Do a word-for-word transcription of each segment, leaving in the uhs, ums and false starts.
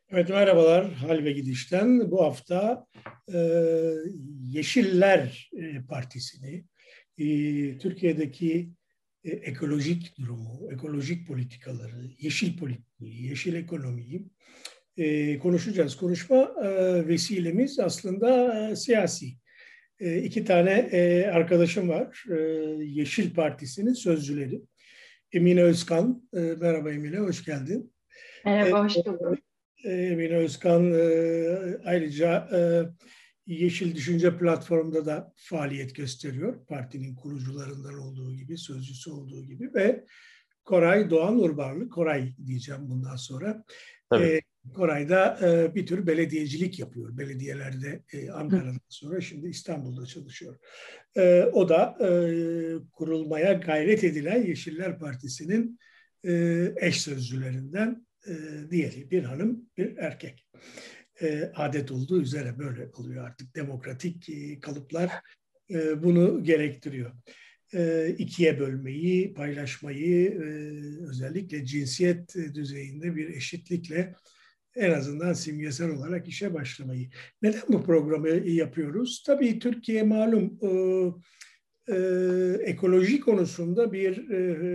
Evet, merhabalar Hal ve Gidiş'ten. Bu hafta e, Yeşiller e, Partisi'ni, e, Türkiye'deki e, ekolojik durumu, ekolojik politikaları, yeşil politiği, yeşil ekonomiyi e, konuşacağız. Konuşma e, vesilemiz aslında e, siyasi. E, iki tane e, arkadaşım var, e, Yeşil Partisi'nin sözcüleri. Emine Özkan, e, merhaba Emine, hoş geldin. E, Merhaba, hoş buldum. Emine Özkan e, ayrıca e, Yeşil Düşünce Platformu'nda da faaliyet gösteriyor. Partinin kurucularından olduğu gibi, sözcüsü olduğu gibi ve Koray Doğan Urbarlı, Koray diyeceğim bundan sonra. Tabii. E, Koray da e, bir tür belediyecilik yapıyor. Belediyelerde e, Ankara'dan sonra şimdi İstanbul'da çalışıyor. E, o da e, kurulmaya gayret edilen Yeşiller Partisi'nin e, eş sözcülerinden e, diğeri. Bir hanım, bir erkek. E, adet olduğu üzere böyle oluyor artık. Demokratik e, kalıplar e, bunu gerektiriyor. E, ikiye bölmeyi, paylaşmayı, e, özellikle cinsiyet düzeyinde bir eşitlikle en azından simgesel olarak işe başlamayı. Neden bu programı yapıyoruz? Tabii Türkiye malum e, e, ekoloji konusunda bir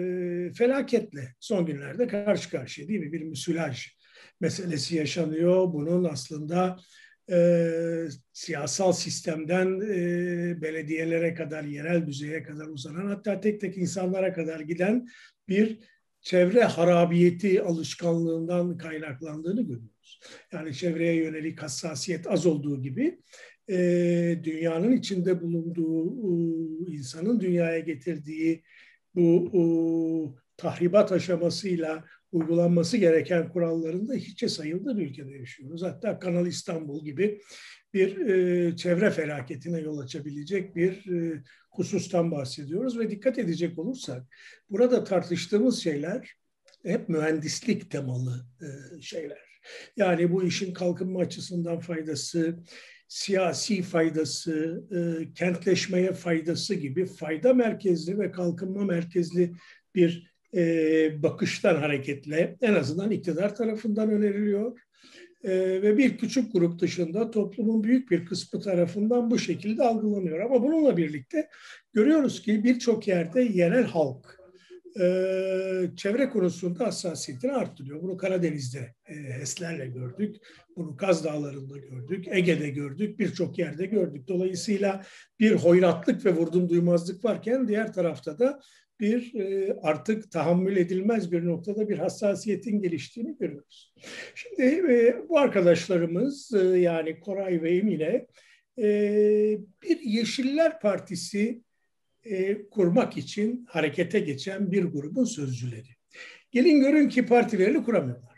e, felaketle son günlerde karşı karşıya, değil mi? Bir müsilaj meselesi yaşanıyor. Bunun aslında e, siyasal sistemden e, belediyelere kadar, yerel düzeye kadar uzanan, hatta tek tek insanlara kadar giden bir çevre harabiyeti alışkanlığından kaynaklandığını görüyoruz. Yani çevreye yönelik hassasiyet az olduğu gibi e, dünyanın içinde bulunduğu, e, insanın dünyaya getirdiği bu e, tahribat aşamasıyla uygulanması gereken kuralların da hiçe sayıldığı bir ülkede yaşıyoruz. Hatta Kanal İstanbul gibi bir e, çevre felaketine yol açabilecek bir e, husustan bahsediyoruz ve dikkat edecek olursak burada tartıştığımız şeyler hep mühendislik temalı e, şeyler. Yani bu işin kalkınma açısından faydası, siyasi faydası, e, kentleşmeye faydası gibi fayda merkezli ve kalkınma merkezli bir e, bakıştan hareketle en azından iktidar tarafından öneriliyor. E, ve bir küçük grup dışında toplumun büyük bir kısmı tarafından bu şekilde algılanıyor. Ama bununla birlikte görüyoruz ki birçok yerde yerel halk e, çevre konusunda hassasiyetini arttırıyor. Bunu Karadeniz'de e, HES'lerle gördük. Bunu Kaz Dağları'nda gördük. Ege'de gördük. Birçok yerde gördük. Dolayısıyla bir hoyratlık ve vurdum duymazlık varken diğer tarafta da bir e, artık tahammül edilmez bir noktada bir hassasiyetin geliştiğini görüyoruz. Şimdi e, bu arkadaşlarımız e, yani Koray ve Emine e, bir Yeşiller Partisi e, kurmak için harekete geçen bir grubun sözcüleri. Gelin görün ki partilerini kuramıyorlar.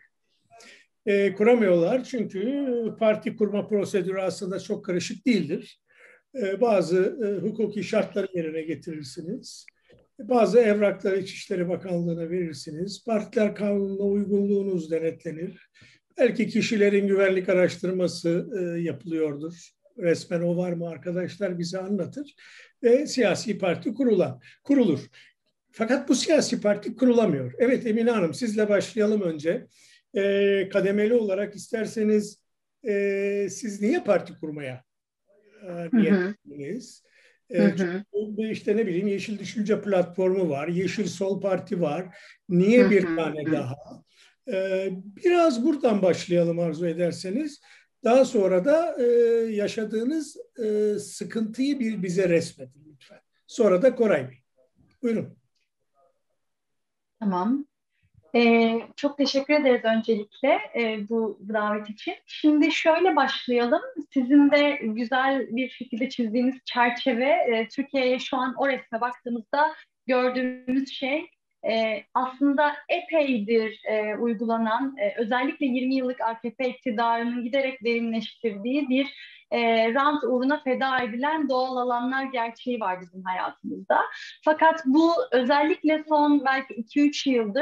E, kuramıyorlar çünkü parti kurma prosedürü aslında çok karışık değildir. E, bazı e, hukuki şartları yerine getirirsiniz. Bazı evrakları İçişleri Bakanlığı'na verirsiniz. Partiler kanununa uygunluğunuz denetlenir. Belki kişilerin güvenlik araştırması e, yapılıyordur. Resmen o var mı arkadaşlar bize anlatır. Ve siyasi parti kurulan, kurulur. Fakat bu siyasi parti kurulamıyor. Evet Emine Hanım, sizle başlayalım önce. E, kademeli olarak isterseniz e, siz niye parti kurmaya e, Hı hı, niyetlendiniz? hı E, hı, çünkü işte ne bileyim Yeşil Düşünce Platformu var, Yeşil Sol Parti var. hı Niye bir hı, tane hı. daha? E, biraz buradan başlayalım arzu ederseniz. Daha sonra da e, yaşadığınız e, sıkıntıyı bir bize resmedin lütfen. Sonra da Koray Bey. Buyurun. Tamam. Ee, çok teşekkür ederiz öncelikle e, bu davet için. Şimdi şöyle başlayalım. Sizin de güzel bir şekilde çizdiğiniz çerçeve, e, Türkiye'ye şu an o resme baktığımızda gördüğümüz şey e, aslında epeydir e, uygulanan, e, özellikle yirmi yıllık A K P iktidarının giderek derinleştirdiği bir e, rant uğruna feda edilen doğal alanlar gerçeği var bizim hayatımızda. Fakat bu özellikle son belki iki üç yıldır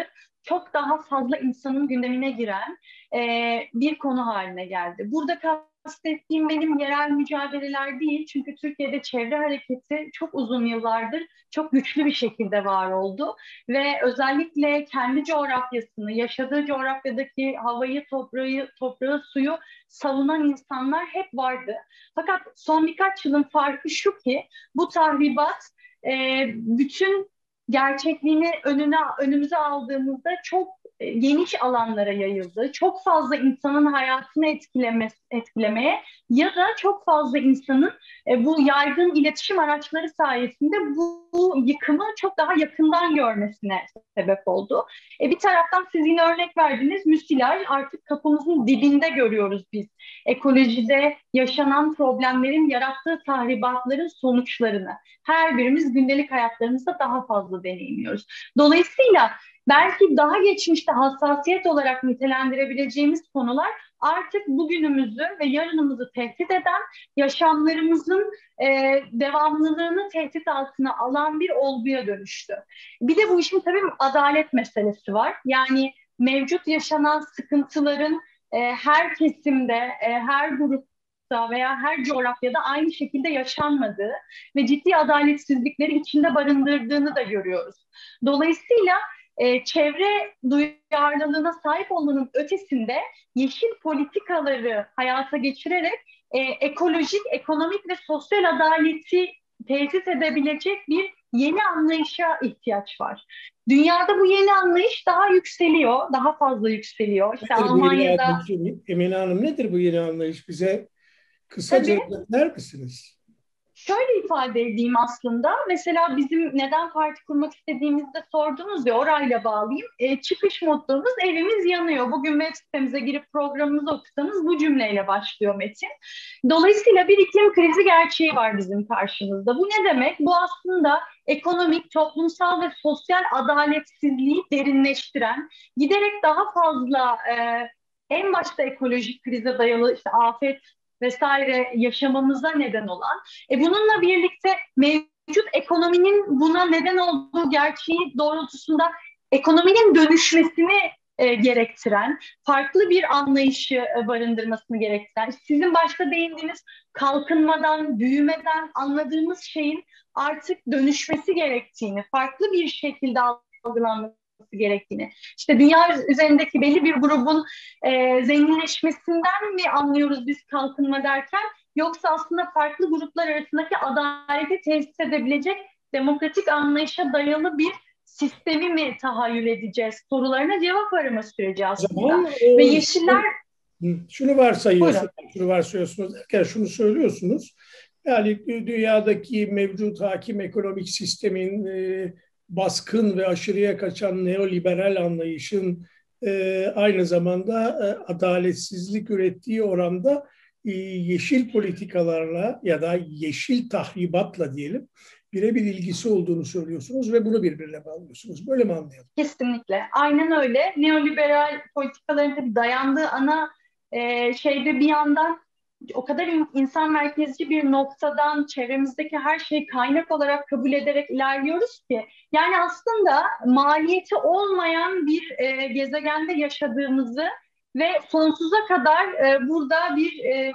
çok daha fazla insanın gündemine giren e, bir konu haline geldi. Burada kastettiğim benim yerel mücadeleler değil. Çünkü Türkiye'de çevre hareketi çok uzun yıllardır çok güçlü bir şekilde var oldu. Ve özellikle kendi coğrafyasını, yaşadığı coğrafyadaki havayı, toprağı, toprağı, suyu savunan insanlar hep vardı. Fakat son birkaç yılın farkı şu ki bu tahribat e, bütün gerçekliğini önüne önümüze aldığımızda çok e, geniş alanlara yayıldı. Çok fazla insanın hayatını etkileme, etkilemeye ya da çok fazla insanın e, bu yaygın iletişim araçları sayesinde bu, bu yıkımı çok daha yakından görmesine sebep oldu. E, bir taraftan siz yine örnek verdiniz, müsilaj artık kapımızın dibinde görüyoruz biz. Ekolojide yaşanan problemlerin yarattığı tahribatların sonuçlarını her birimiz gündelik hayatlarımızda daha fazla deneyimliyoruz. Dolayısıyla belki daha geçmişte hassasiyet olarak nitelendirebileceğimiz konular artık bugünümüzü ve yarınımızı tehdit eden, yaşamlarımızın e, devamlılığını tehdit altına alan bir olguya dönüştü. Bir de bu işin tabii adalet meselesi var. Yani mevcut yaşanan sıkıntıların e, her kesimde, e, her grupta veya her coğrafyada aynı şekilde yaşanmadığı ve ciddi adaletsizlikleri içinde barındırdığını da görüyoruz. Dolayısıyla e, çevre duyarlılığına sahip olmanın ötesinde yeşil politikaları hayata geçirerek e, ekolojik, ekonomik ve sosyal adaleti tesis edebilecek bir yeni anlayışa ihtiyaç var. Dünyada bu yeni anlayış daha yükseliyor, daha fazla yükseliyor. İşte Nedir bu yeni Almanya'da... anlayış? Emine Hanım, nedir bu yeni anlayış? Bize kısaca Tabii. özetler misiniz? Şöyle ifade edeyim aslında. Mesela bizim neden parti kurmak istediğimizde sordunuz ya, orayla bağlayayım. E, çıkış mottomuz evimiz yanıyor. Bugün web sitemize girip programımızı okusanız bu cümleyle başlıyor metin. Dolayısıyla bir iklim krizi gerçeği var bizim karşımızda. Bu ne demek? Bu aslında ekonomik, toplumsal ve sosyal adaletsizliği derinleştiren, giderek daha fazla e, en başta ekolojik krize dayalı işte afet vesaire yaşamamıza neden olan, e bununla birlikte mevcut ekonominin buna neden olduğu gerçeği doğrultusunda ekonominin dönüşmesini e, gerektiren, farklı bir anlayışı e, barındırmasını gerektiren, sizin başta değindiğiniz kalkınmadan, büyümeden anladığımız şeyin artık dönüşmesi gerektiğini, farklı bir şekilde algılanması gerektiğini, işte dünya üzerindeki belli bir grubun e, zenginleşmesinden mi anlıyoruz biz kalkınma derken, yoksa aslında farklı gruplar arasındaki adaleti tesis edebilecek demokratik anlayışa dayalı bir sistemi mi tahayyül edeceğiz sorularına cevap arama süreci aslında. Zaman, ve e, yeşiller... Şunu varsayıyorsunuz, Buyurun. şunu varsayıyorsunuz derken şunu söylüyorsunuz. Yani dünyadaki mevcut hakim ekonomik sistemin e, baskın ve aşırıya kaçan neoliberal anlayışın e, aynı zamanda e, adaletsizlik ürettiği oranda e, yeşil politikalarla ya da yeşil tahribatla diyelim birebir ilgisi olduğunu söylüyorsunuz ve bunu birbirine bağlıyorsunuz. Böyle mi anlayalım? Kesinlikle. Aynen öyle. Neoliberal politikaların tabii dayandığı ana e, şeyde bir yandan o kadar insan merkezci bir noktadan çevremizdeki her şeyi kaynak olarak kabul ederek ilerliyoruz ki, yani aslında maliyeti olmayan bir e, gezegende yaşadığımızı ve sonsuza kadar e, burada bir e,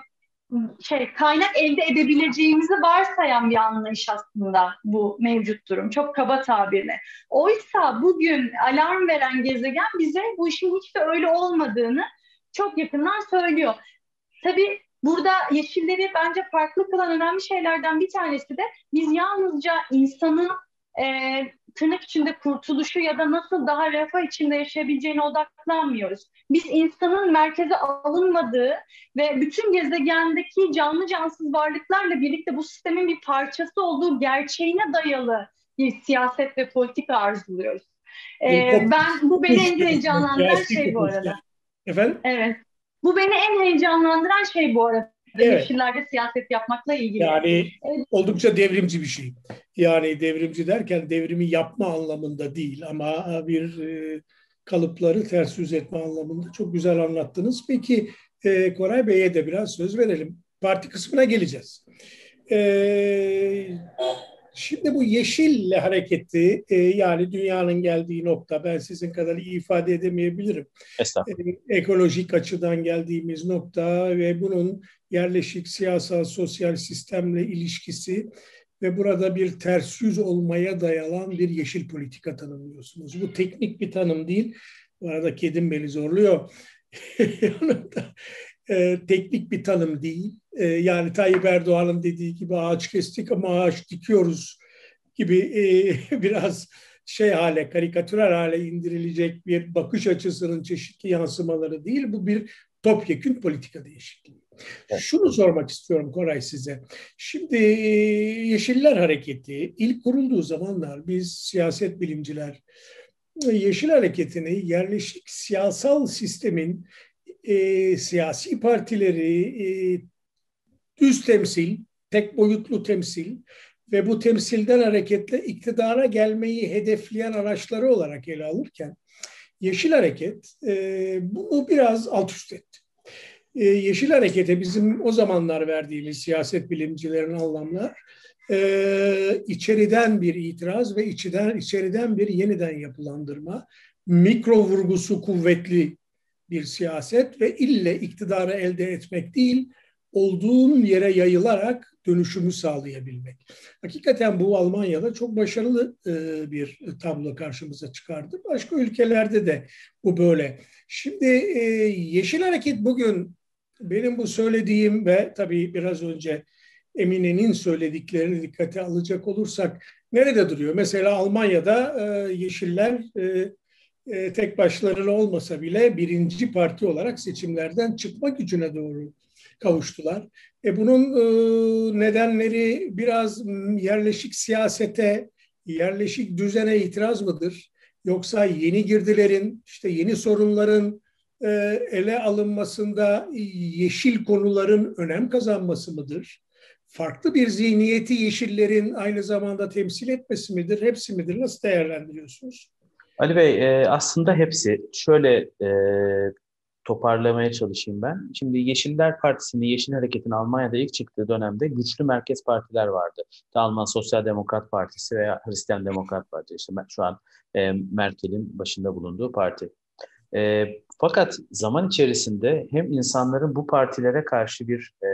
şey kaynak elde edebileceğimizi varsayan bir anlayış aslında bu mevcut durum. Çok kaba tabirle. Oysa bugün alarm veren gezegen bize bu işin hiç de öyle olmadığını çok yakından söylüyor. Tabii burada yeşilleri bence farklı kılan önemli şeylerden bir tanesi de biz yalnızca insanın e, tırnak içinde kurtuluşu ya da nasıl daha refah içinde yaşayabileceğine odaklanmıyoruz. Biz insanın merkeze alınmadığı ve bütün gezegendeki canlı cansız varlıklarla birlikte bu sistemin bir parçası olduğu gerçeğine dayalı bir siyaset ve politika arzuluyoruz. E, ben bu beni en heyecanlandıran şey bu arada. Efendim? Evet. Bu beni en heyecanlandıran şey bu arada. Evet. Yeşillerde siyaset yapmakla ilgili. Yani evet. Oldukça devrimci bir şey. Yani devrimci derken devrimi yapma anlamında değil ama bir e, kalıpları ters yüz etme anlamında çok güzel anlattınız. Peki e, Koray Bey'e de biraz söz verelim. Parti kısmına geleceğiz. E, Şimdi bu yeşil hareketi e, yani dünyanın geldiği nokta ben sizin kadar iyi ifade edemeyebilirim. E, Estağfurullah. ekolojik açıdan geldiğimiz nokta ve bunun yerleşik siyasal sosyal sistemle ilişkisi ve burada bir ters yüz olmaya dayalan bir yeşil politika tanımlıyorsunuz. Bu teknik bir tanım değil. Bu arada kedim beni zorluyor. Yanımda e, teknik bir tanım değil. E, yani Tayyip Erdoğan'ın dediği gibi ağaç kestik ama ağaç dikiyoruz gibi e, biraz şey hale, karikatürel hale indirilecek bir bakış açısının çeşitli yansımaları değil. Bu bir topyekün politika değişikliği. Şunu sormak istiyorum Koray size. Şimdi e, Yeşiller Hareketi ilk kurulduğu zamanlar biz siyaset bilimciler Yeşil Hareketi'ni yerleşik siyasal sistemin e, siyasi partileri e, düz temsil, tek boyutlu temsil ve bu temsilden hareketle iktidara gelmeyi hedefleyen araçları olarak ele alırken Yeşil Hareket e, bunu biraz alt üst etti. E, Yeşil Hareket'e bizim o zamanlar verdiğimiz siyaset bilimcilerin anlamlar e, içeriden bir itiraz ve içeriden, içeriden bir yeniden yapılandırma, mikro vurgusu kuvvetli bir siyaset ve ille iktidarı elde etmek değil, olduğun yere yayılarak dönüşümü sağlayabilmek. Hakikaten bu Almanya'da çok başarılı e, bir tablo karşımıza çıkardı. Başka ülkelerde de bu böyle. Şimdi e, Yeşil Hareket bugün benim bu söylediğim ve tabii biraz önce Emine'nin söylediklerini dikkate alacak olursak nerede duruyor? Mesela Almanya'da e, Yeşiller e, e, tek başlarına olmasa bile birinci parti olarak seçimlerden çıkma gücüne doğru kavuştular. E bunun e, nedenleri biraz yerleşik siyasete, yerleşik düzene itiraz mıdır? Yoksa yeni girdilerin, işte yeni sorunların e, ele alınmasında yeşil konuların önem kazanması mıdır? Farklı bir zihniyeti yeşillerin aynı zamanda temsil etmesi midir? Hepsi midir? Nasıl değerlendiriyorsunuz? Ali Bey, e, aslında hepsi. Şöyle e, toparlamaya çalışayım ben. Şimdi Yeşiller Partisi'nin, Yeşil Hareket'in Almanya'da ilk çıktığı dönemde güçlü merkez partiler vardı. İşte Alman Sosyal Demokrat Partisi veya Hristiyan Demokrat Parti. İşte şu an e, Merkel'in başında bulunduğu parti. E, fakat zaman içerisinde hem insanların bu partilere karşı bir e,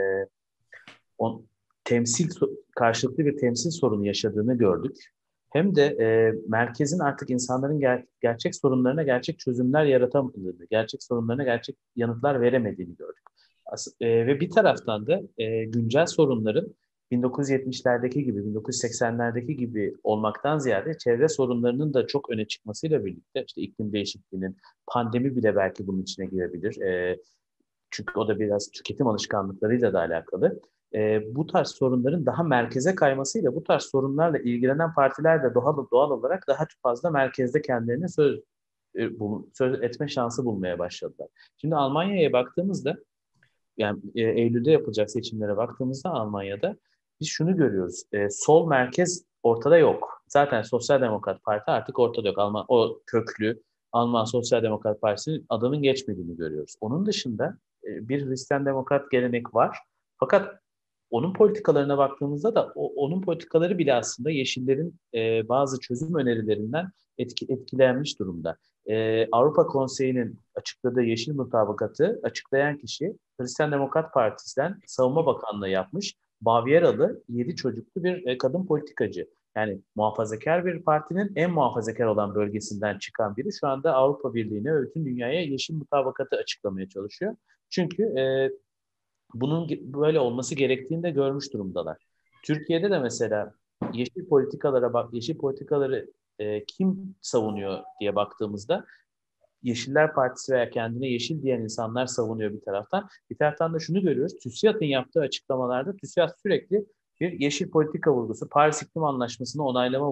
on, temsil karşılıklı bir temsil sorunu yaşadığını gördük. Hem de e, merkezin artık insanların ger- gerçek sorunlarına gerçek çözümler yaratamadığını, gerçek sorunlarına gerçek yanıtlar veremediğini gördük. As- e, ve bir taraftan da e, güncel sorunların bin dokuz yüz yetmişlerdeki gibi, bin dokuz yüz seksenlerdeki gibi olmaktan ziyade çevre sorunlarının da çok öne çıkmasıyla birlikte, işte iklim değişikliğinin, pandemi bile belki bunun içine girebilir. E, çünkü o da biraz tüketim alışkanlıklarıyla da alakalı. E, bu tarz sorunların daha merkeze kaymasıyla bu tarz sorunlarla ilgilenen partiler de doğal, doğal olarak daha fazla merkezde kendilerine söz, e, bul, söz etme şansı bulmaya başladılar. Şimdi Almanya'ya baktığımızda, yani e, Eylül'de yapılacak seçimlere baktığımızda Almanya'da biz şunu görüyoruz. E, sol merkez ortada yok. Zaten Sosyal Demokrat Parti artık ortada yok. Alman, o köklü Alman Sosyal Demokrat Partisi'nin adının geçmediğini görüyoruz. Onun dışında e, bir Hristiyan Demokrat gelenek var. Fakat onun politikalarına baktığımızda da o, onun politikaları bile aslında Yeşillerin e, bazı çözüm önerilerinden etki, etkilenmiş durumda. E, Avrupa Konseyi'nin açıkladığı Yeşil Mutabakatı açıklayan kişi Hristiyan Demokrat Partisi'den Savunma Bakanlığı yapmış Bavyeralı yedi çocuklu bir e, kadın politikacı. Yani muhafazakar bir partinin en muhafazakar olan bölgesinden çıkan biri şu anda Avrupa Birliği'ne ve bütün dünyaya Yeşil Mutabakatı açıklamaya çalışıyor. Çünkü e, bunun böyle olması gerektiğini de görmüş durumdalar. Türkiye'de de mesela yeşil politikalara bak, yeşil politikaları e, kim savunuyor diye baktığımızda Yeşiller Partisi veya kendine yeşil diyen insanlar savunuyor bir taraftan. Bir taraftan da şunu görüyoruz. TÜSİAD'ın yaptığı açıklamalarda TÜSİAD sürekli bir yeşil politika vurgusu, Paris İklim Anlaşması'nı onaylama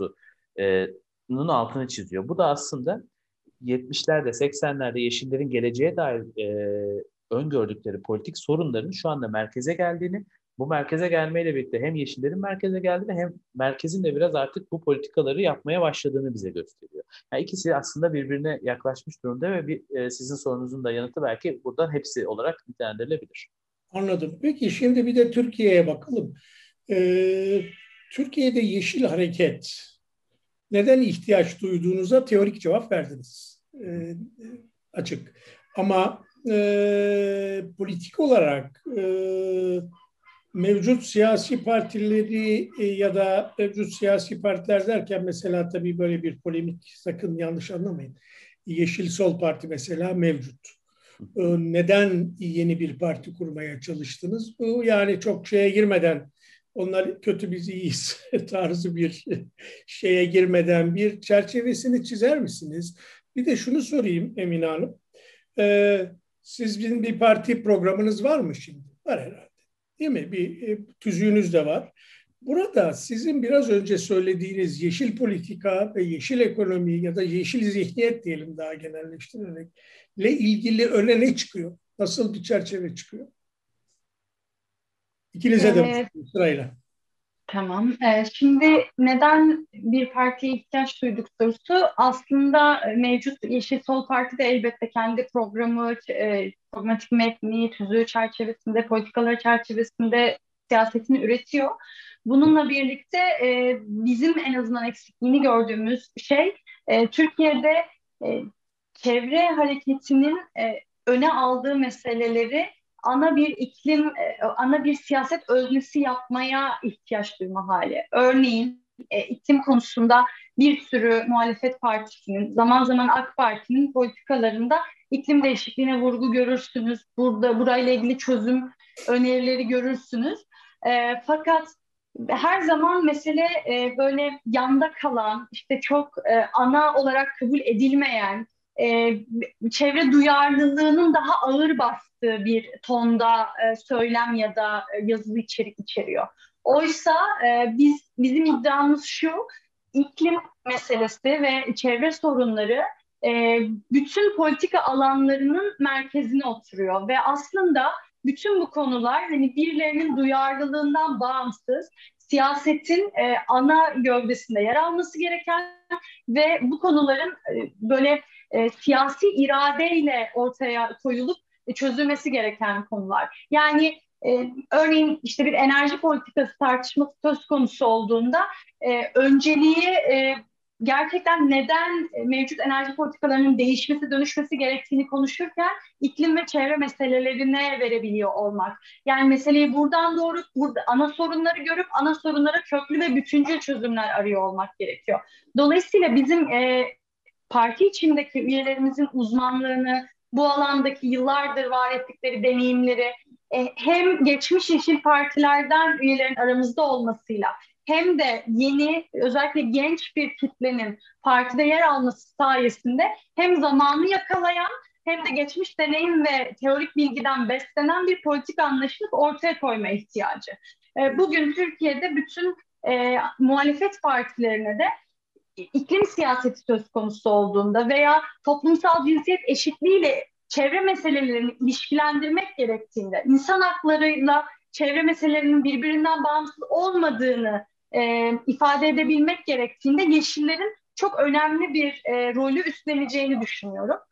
vurgusunun altını çiziyor. Bu da aslında yetmişlerde, seksenlerde Yeşillerin geleceğe dair e, öngördükleri politik sorunların şu anda merkeze geldiğini, bu merkeze gelmeyle birlikte hem Yeşillerin merkeze geldiğini hem merkezin de biraz artık bu politikaları yapmaya başladığını bize gösteriyor. Yani ikisi aslında birbirine yaklaşmış durumda ve bir, e, sizin sorunuzun da yanıtı belki buradan hepsi olarak nitelendirilebilir. Anladım. Peki şimdi bir de Türkiye'ye bakalım. Ee, Türkiye'de Yeşil Hareket neden ihtiyaç duyduğunuza teorik cevap verdiniz. E, açık. Ama e, politik olarak e, mevcut siyasi partileri e, ya da mevcut siyasi partiler derken mesela tabii böyle bir polemik, sakın yanlış anlamayın. Yeşil Sol Parti mesela mevcut. E, neden yeni bir parti kurmaya çalıştınız? Bu yani çok şeye girmeden, onlar kötü biz iyiyiz tarzı bir şeye girmeden bir çerçevesini çizer misiniz? Bir de şunu sorayım Emine Hanım. Ee, sizin bir parti programınız var mı şimdi? Var herhalde. Değil mi? Bir e, tüzüğünüz de var. Burada sizin biraz önce söylediğiniz yeşil politika ve yeşil ekonomi ya da yeşil zihniyet diyelim daha genelleştirerek ile ilgili öne ne çıkıyor? Nasıl bir çerçeve çıkıyor? İkinize de Ee, sırayla. Tamam. Ee, şimdi neden bir partiye ihtiyaç duyduk sorusu aslında mevcut Yeşil Sol Parti de elbette kendi programı, e, programatik metni, tüzüğü çerçevesinde, politikaları çerçevesinde siyasetini üretiyor. Bununla birlikte e, bizim en azından eksikliğini gördüğümüz şey e, Türkiye'de e, çevre hareketinin e, öne aldığı meseleleri ana bir iklim, e, ana bir siyaset öznesi yapmaya ihtiyaç duyma hali. Örneğin e, iklim konusunda bir sürü muhalefet partisinin, zaman zaman AK Parti'nin politikalarında iklim değişikliğine vurgu görürsünüz. Burada burayla ilgili çözüm önerileri görürsünüz. E, fakat her zaman mesele e, böyle yanda kalan, işte çok e, ana olarak kabul edilmeyen, e, çevre duyarlılığının daha ağır bastığı bir tonda e, söylem ya da e, yazılı içerik içeriyor. Oysa e, biz bizim iddiamız şu, iklim meselesi ve çevre sorunları e, bütün politika alanlarının merkezine oturuyor ve aslında bütün bu konular hani birilerinin duyarlılığından bağımsız siyasetin e, ana gövdesinde yer alması gereken ve bu konuların e, böyle e, siyasi iradeyle ortaya koyulup e, çözülmesi gereken konular. Yani e, örneğin işte bir enerji politikası tartışması söz konusu olduğunda e, önceliği e, gerçekten neden mevcut enerji politikalarının değişmesi, dönüşmesi gerektiğini konuşurken iklim ve çevre meselelerine verebiliyor olmak. Yani meseleyi buradan doğru, burada ana sorunları görüp ana sorunlara köklü ve bütüncül çözümler arıyor olmak gerekiyor. Dolayısıyla bizim e, parti içindeki üyelerimizin uzmanlığını, bu alandaki yıllardır var ettikleri deneyimleri e, hem geçmiş yeşil partilerden üyelerin aramızda olmasıyla hem de yeni, özellikle genç bir kitlenin partide yer alması sayesinde hem zamanı yakalayan hem de geçmiş deneyim ve teorik bilgiden beslenen bir politik anlayışını ortaya koyma ihtiyacı. E, bugün Türkiye'de bütün e, muhalefet partilerine de iklim siyaseti söz konusu olduğunda veya toplumsal cinsiyet eşitliğiyle çevre meselelerini ilişkilendirmek gerektiğinde, insan haklarıyla çevre meselelerinin birbirinden bağımsız olmadığını e, ifade edebilmek gerektiğinde yeşillerin çok önemli bir e, rolü üstleneceğini düşünüyorum.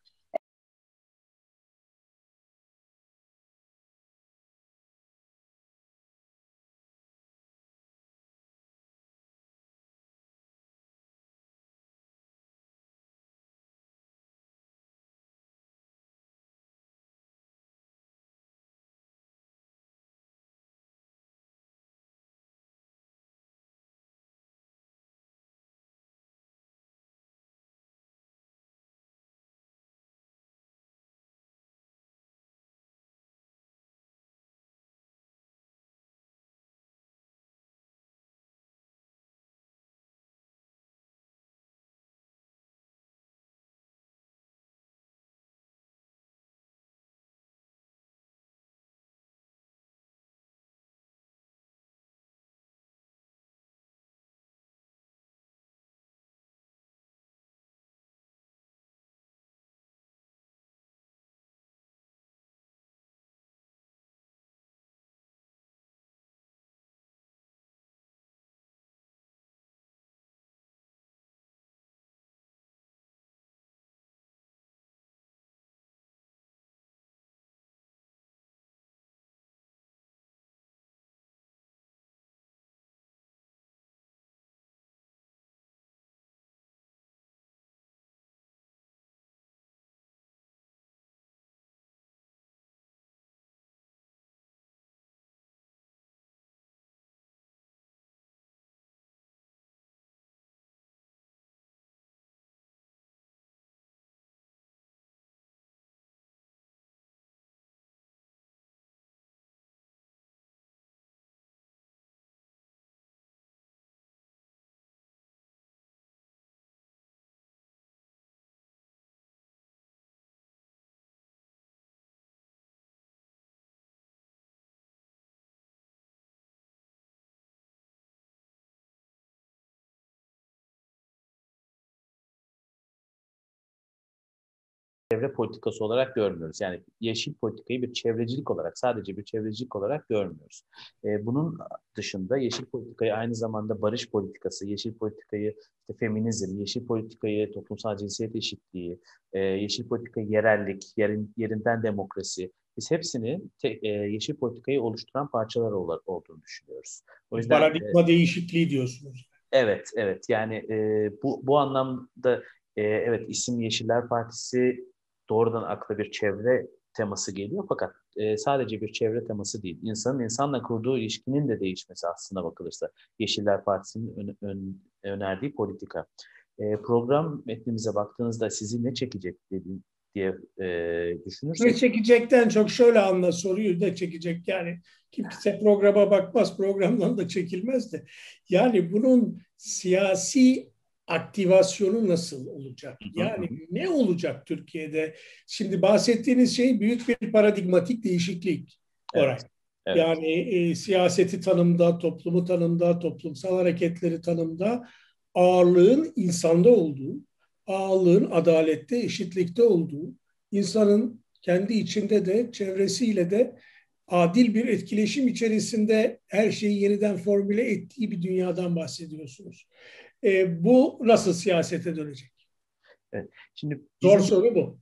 çevre politikası olarak görmüyoruz. Yani yeşil politikayı bir çevrecilik olarak, sadece bir çevrecilik olarak görmüyoruz. E, bunun dışında yeşil politikayı aynı zamanda barış politikası, yeşil politikayı işte feminizm, yeşil politikayı toplumsal cinsiyet eşitliği, e, yeşil politikayı yerellik, yerin, yerinden demokrasi, biz hepsini te, e, yeşil politikayı oluşturan parçalar ol, olduğunu düşünüyoruz. O yüzden paradigma e, değişikliği diyorsunuz. Evet, evet. Yani e, bu bu anlamda e, evet isim Yeşiller Partisi doğrudan akla bir çevre teması geliyor fakat e, sadece bir çevre teması değil. İnsanın insanla kurduğu ilişkinin de değişmesi aslına bakılırsa Yeşiller Partisi'nin ön, ön, önerdiği politika. E, program metnimize baktığınızda sizi ne çekecek dediğim, diye e, düşünürsek. Ne çekecekten çok şöyle anla soruyu ne çekecek yani kimse programa bakmaz programdan da çekilmez de yani bunun siyasi aktivasyonu nasıl olacak? Yani ne olacak Türkiye'de? Şimdi bahsettiğiniz şey büyük bir paradigmatik değişiklik Koray. Evet, evet. Yani e, siyaseti tanımda, toplumu tanımda, toplumsal hareketleri tanımda ağırlığın insanda olduğu, ağırlığın adalette, eşitlikte olduğu, insanın kendi içinde de çevresiyle de adil bir etkileşim içerisinde her şeyi yeniden formüle ettiği bir dünyadan bahsediyorsunuz. E, bu nasıl siyasete dönecek? Evet. Şimdi bizim, zor soru bu.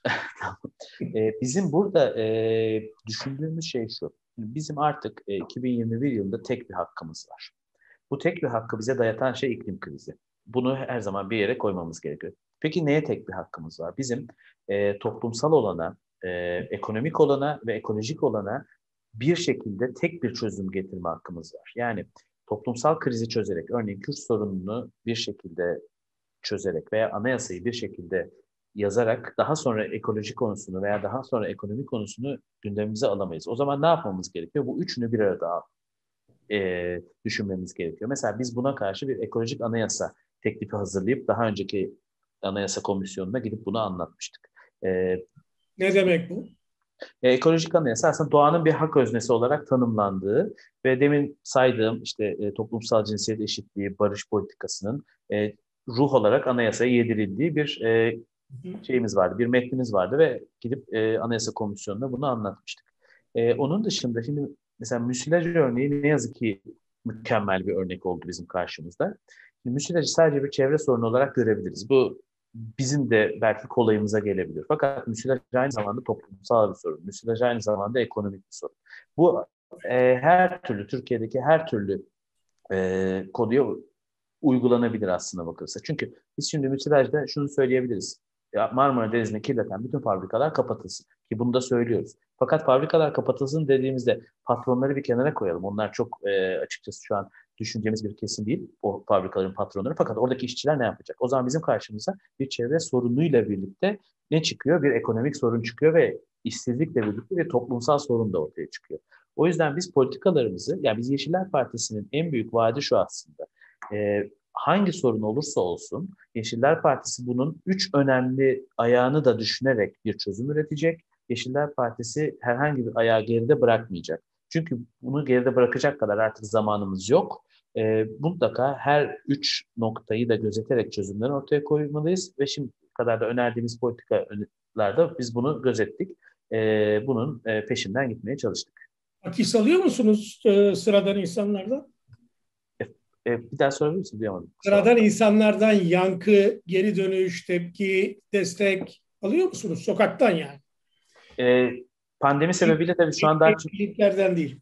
e, bizim burada e, düşündüğümüz şey şu. Bizim artık e, iki bin yirmi bir yılında tek bir hakkımız var. Bu tek bir hakkı bize dayatan şey iklim krizi. Bunu her zaman bir yere koymamız gerekiyor. Peki neye tek bir hakkımız var? Bizim e, toplumsal olana, e, ekonomik olana ve ekolojik olana bir şekilde tek bir çözüm getirme hakkımız var. Yani toplumsal krizi çözerek, örneğin Kürt sorununu bir şekilde çözerek veya anayasayı bir şekilde yazarak daha sonra ekoloji konusunu veya daha sonra ekonomi konusunu gündemimize alamayız. O zaman ne yapmamız gerekiyor? Bu üçünü bir arada e, düşünmemiz gerekiyor. Mesela biz buna karşı bir ekolojik anayasa teklifi hazırlayıp daha önceki anayasa komisyonuna gidip bunu anlatmıştık. E, ne demek bu? E, ekolojik anayasa aslında doğanın bir hak öznesi olarak tanımlandığı ve demin saydığım işte e, toplumsal cinsiyet eşitliği, barış politikasının e, ruh olarak anayasaya yedirildiği bir e, şeyimiz vardı, bir metnimiz vardı ve gidip e, anayasa komisyonuna bunu anlatmıştık. E, onun dışında şimdi mesela müsilaj örneği ne yazık ki mükemmel bir örnek oldu bizim karşımızda. Şimdi müsilajı sadece bir çevre sorunu olarak görebiliriz. Bu bizim de belki kolayımıza gelebilir. Fakat müsilaj aynı zamanda toplumsal bir sorun. Müsilaj aynı zamanda ekonomik bir sorun. Bu e, her türlü, Türkiye'deki her türlü e, konuya uygulanabilir aslına bakılırsa. Çünkü biz şimdi müsilajda şunu söyleyebiliriz. Ya Marmara Denizi'ni kirleten bütün fabrikalar kapatılsın. Ki bunu da söylüyoruz. Fakat fabrikalar kapatılsın dediğimizde patronları bir kenara koyalım. Onlar çok e, açıkçası şu an düşüncemiz bir kesin değil. O fabrikaların patronları. Fakat oradaki işçiler ne yapacak? O zaman bizim karşımıza bir çevre sorunuyla birlikte ne çıkıyor? Bir ekonomik sorun çıkıyor ve işsizlikle birlikte bir toplumsal sorun da ortaya çıkıyor. O yüzden biz politikalarımızı, yani biz Yeşiller Partisi'nin en büyük vaadi şu aslında. E, hangi sorun olursa olsun Yeşiller Partisi bunun üç önemli ayağını da düşünerek bir çözüm üretecek. Yeşiller Partisi herhangi bir ayağı geride bırakmayacak. Çünkü bunu geride bırakacak kadar artık zamanımız yok. E, mutlaka her üç noktayı da gözeterek çözümleri ortaya koymalıyız ve şimdi kadar da önerdiğimiz politikalarda biz bunu gözettik. E, bunun e, peşinden gitmeye çalıştık. Akis alıyor musunuz e, sıradan insanlardan? E, bir daha sorabilir misin? Duyamadım. Sıradan insanlardan yankı, geri dönüş, tepki, destek alıyor musunuz? Sokaktan yani. E, pandemi sebebiyle tabii şu an daha çok... Linklerden değil.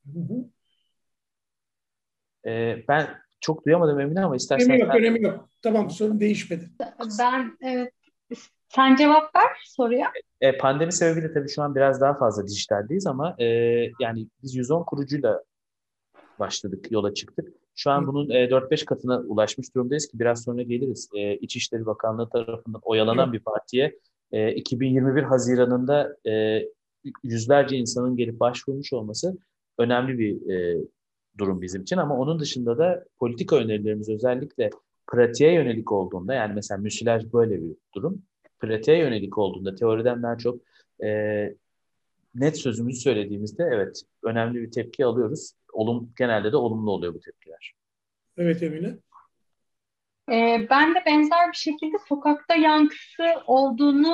E, ben çok duyamadım Emine ama istersen... Önemi yok, ben... önemi yok. Tamam, sorun değişmedi. Ben, evet. Sen cevap ver soruya. E, pandemi sebebiyle tabii şu an biraz daha fazla dijitaldeyiz ama e, yani biz yüz on kurucuyla başladık, yola çıktık. Şu an bunun e, dört beş katına ulaşmış durumdayız ki biraz sonra geliriz. E, İçişleri Bakanlığı tarafından oyalanan evet. bir partiye e, iki bin yirmi bir Haziran'ında e, yüzlerce insanın gelip başvurmuş olması önemli bir e, durum bizim için. Ama onun dışında da politika önerilerimiz özellikle pratiğe yönelik olduğunda, yani mesela müsilaj böyle bir durum. Pratiğe yönelik olduğunda teoriden daha çok e, net sözümüzü söylediğimizde evet önemli bir tepki alıyoruz. Olum, genelde de olumlu oluyor bu tepkiler. Evet Emine. Ee, ben de benzer bir şekilde sokakta yankısı olduğunu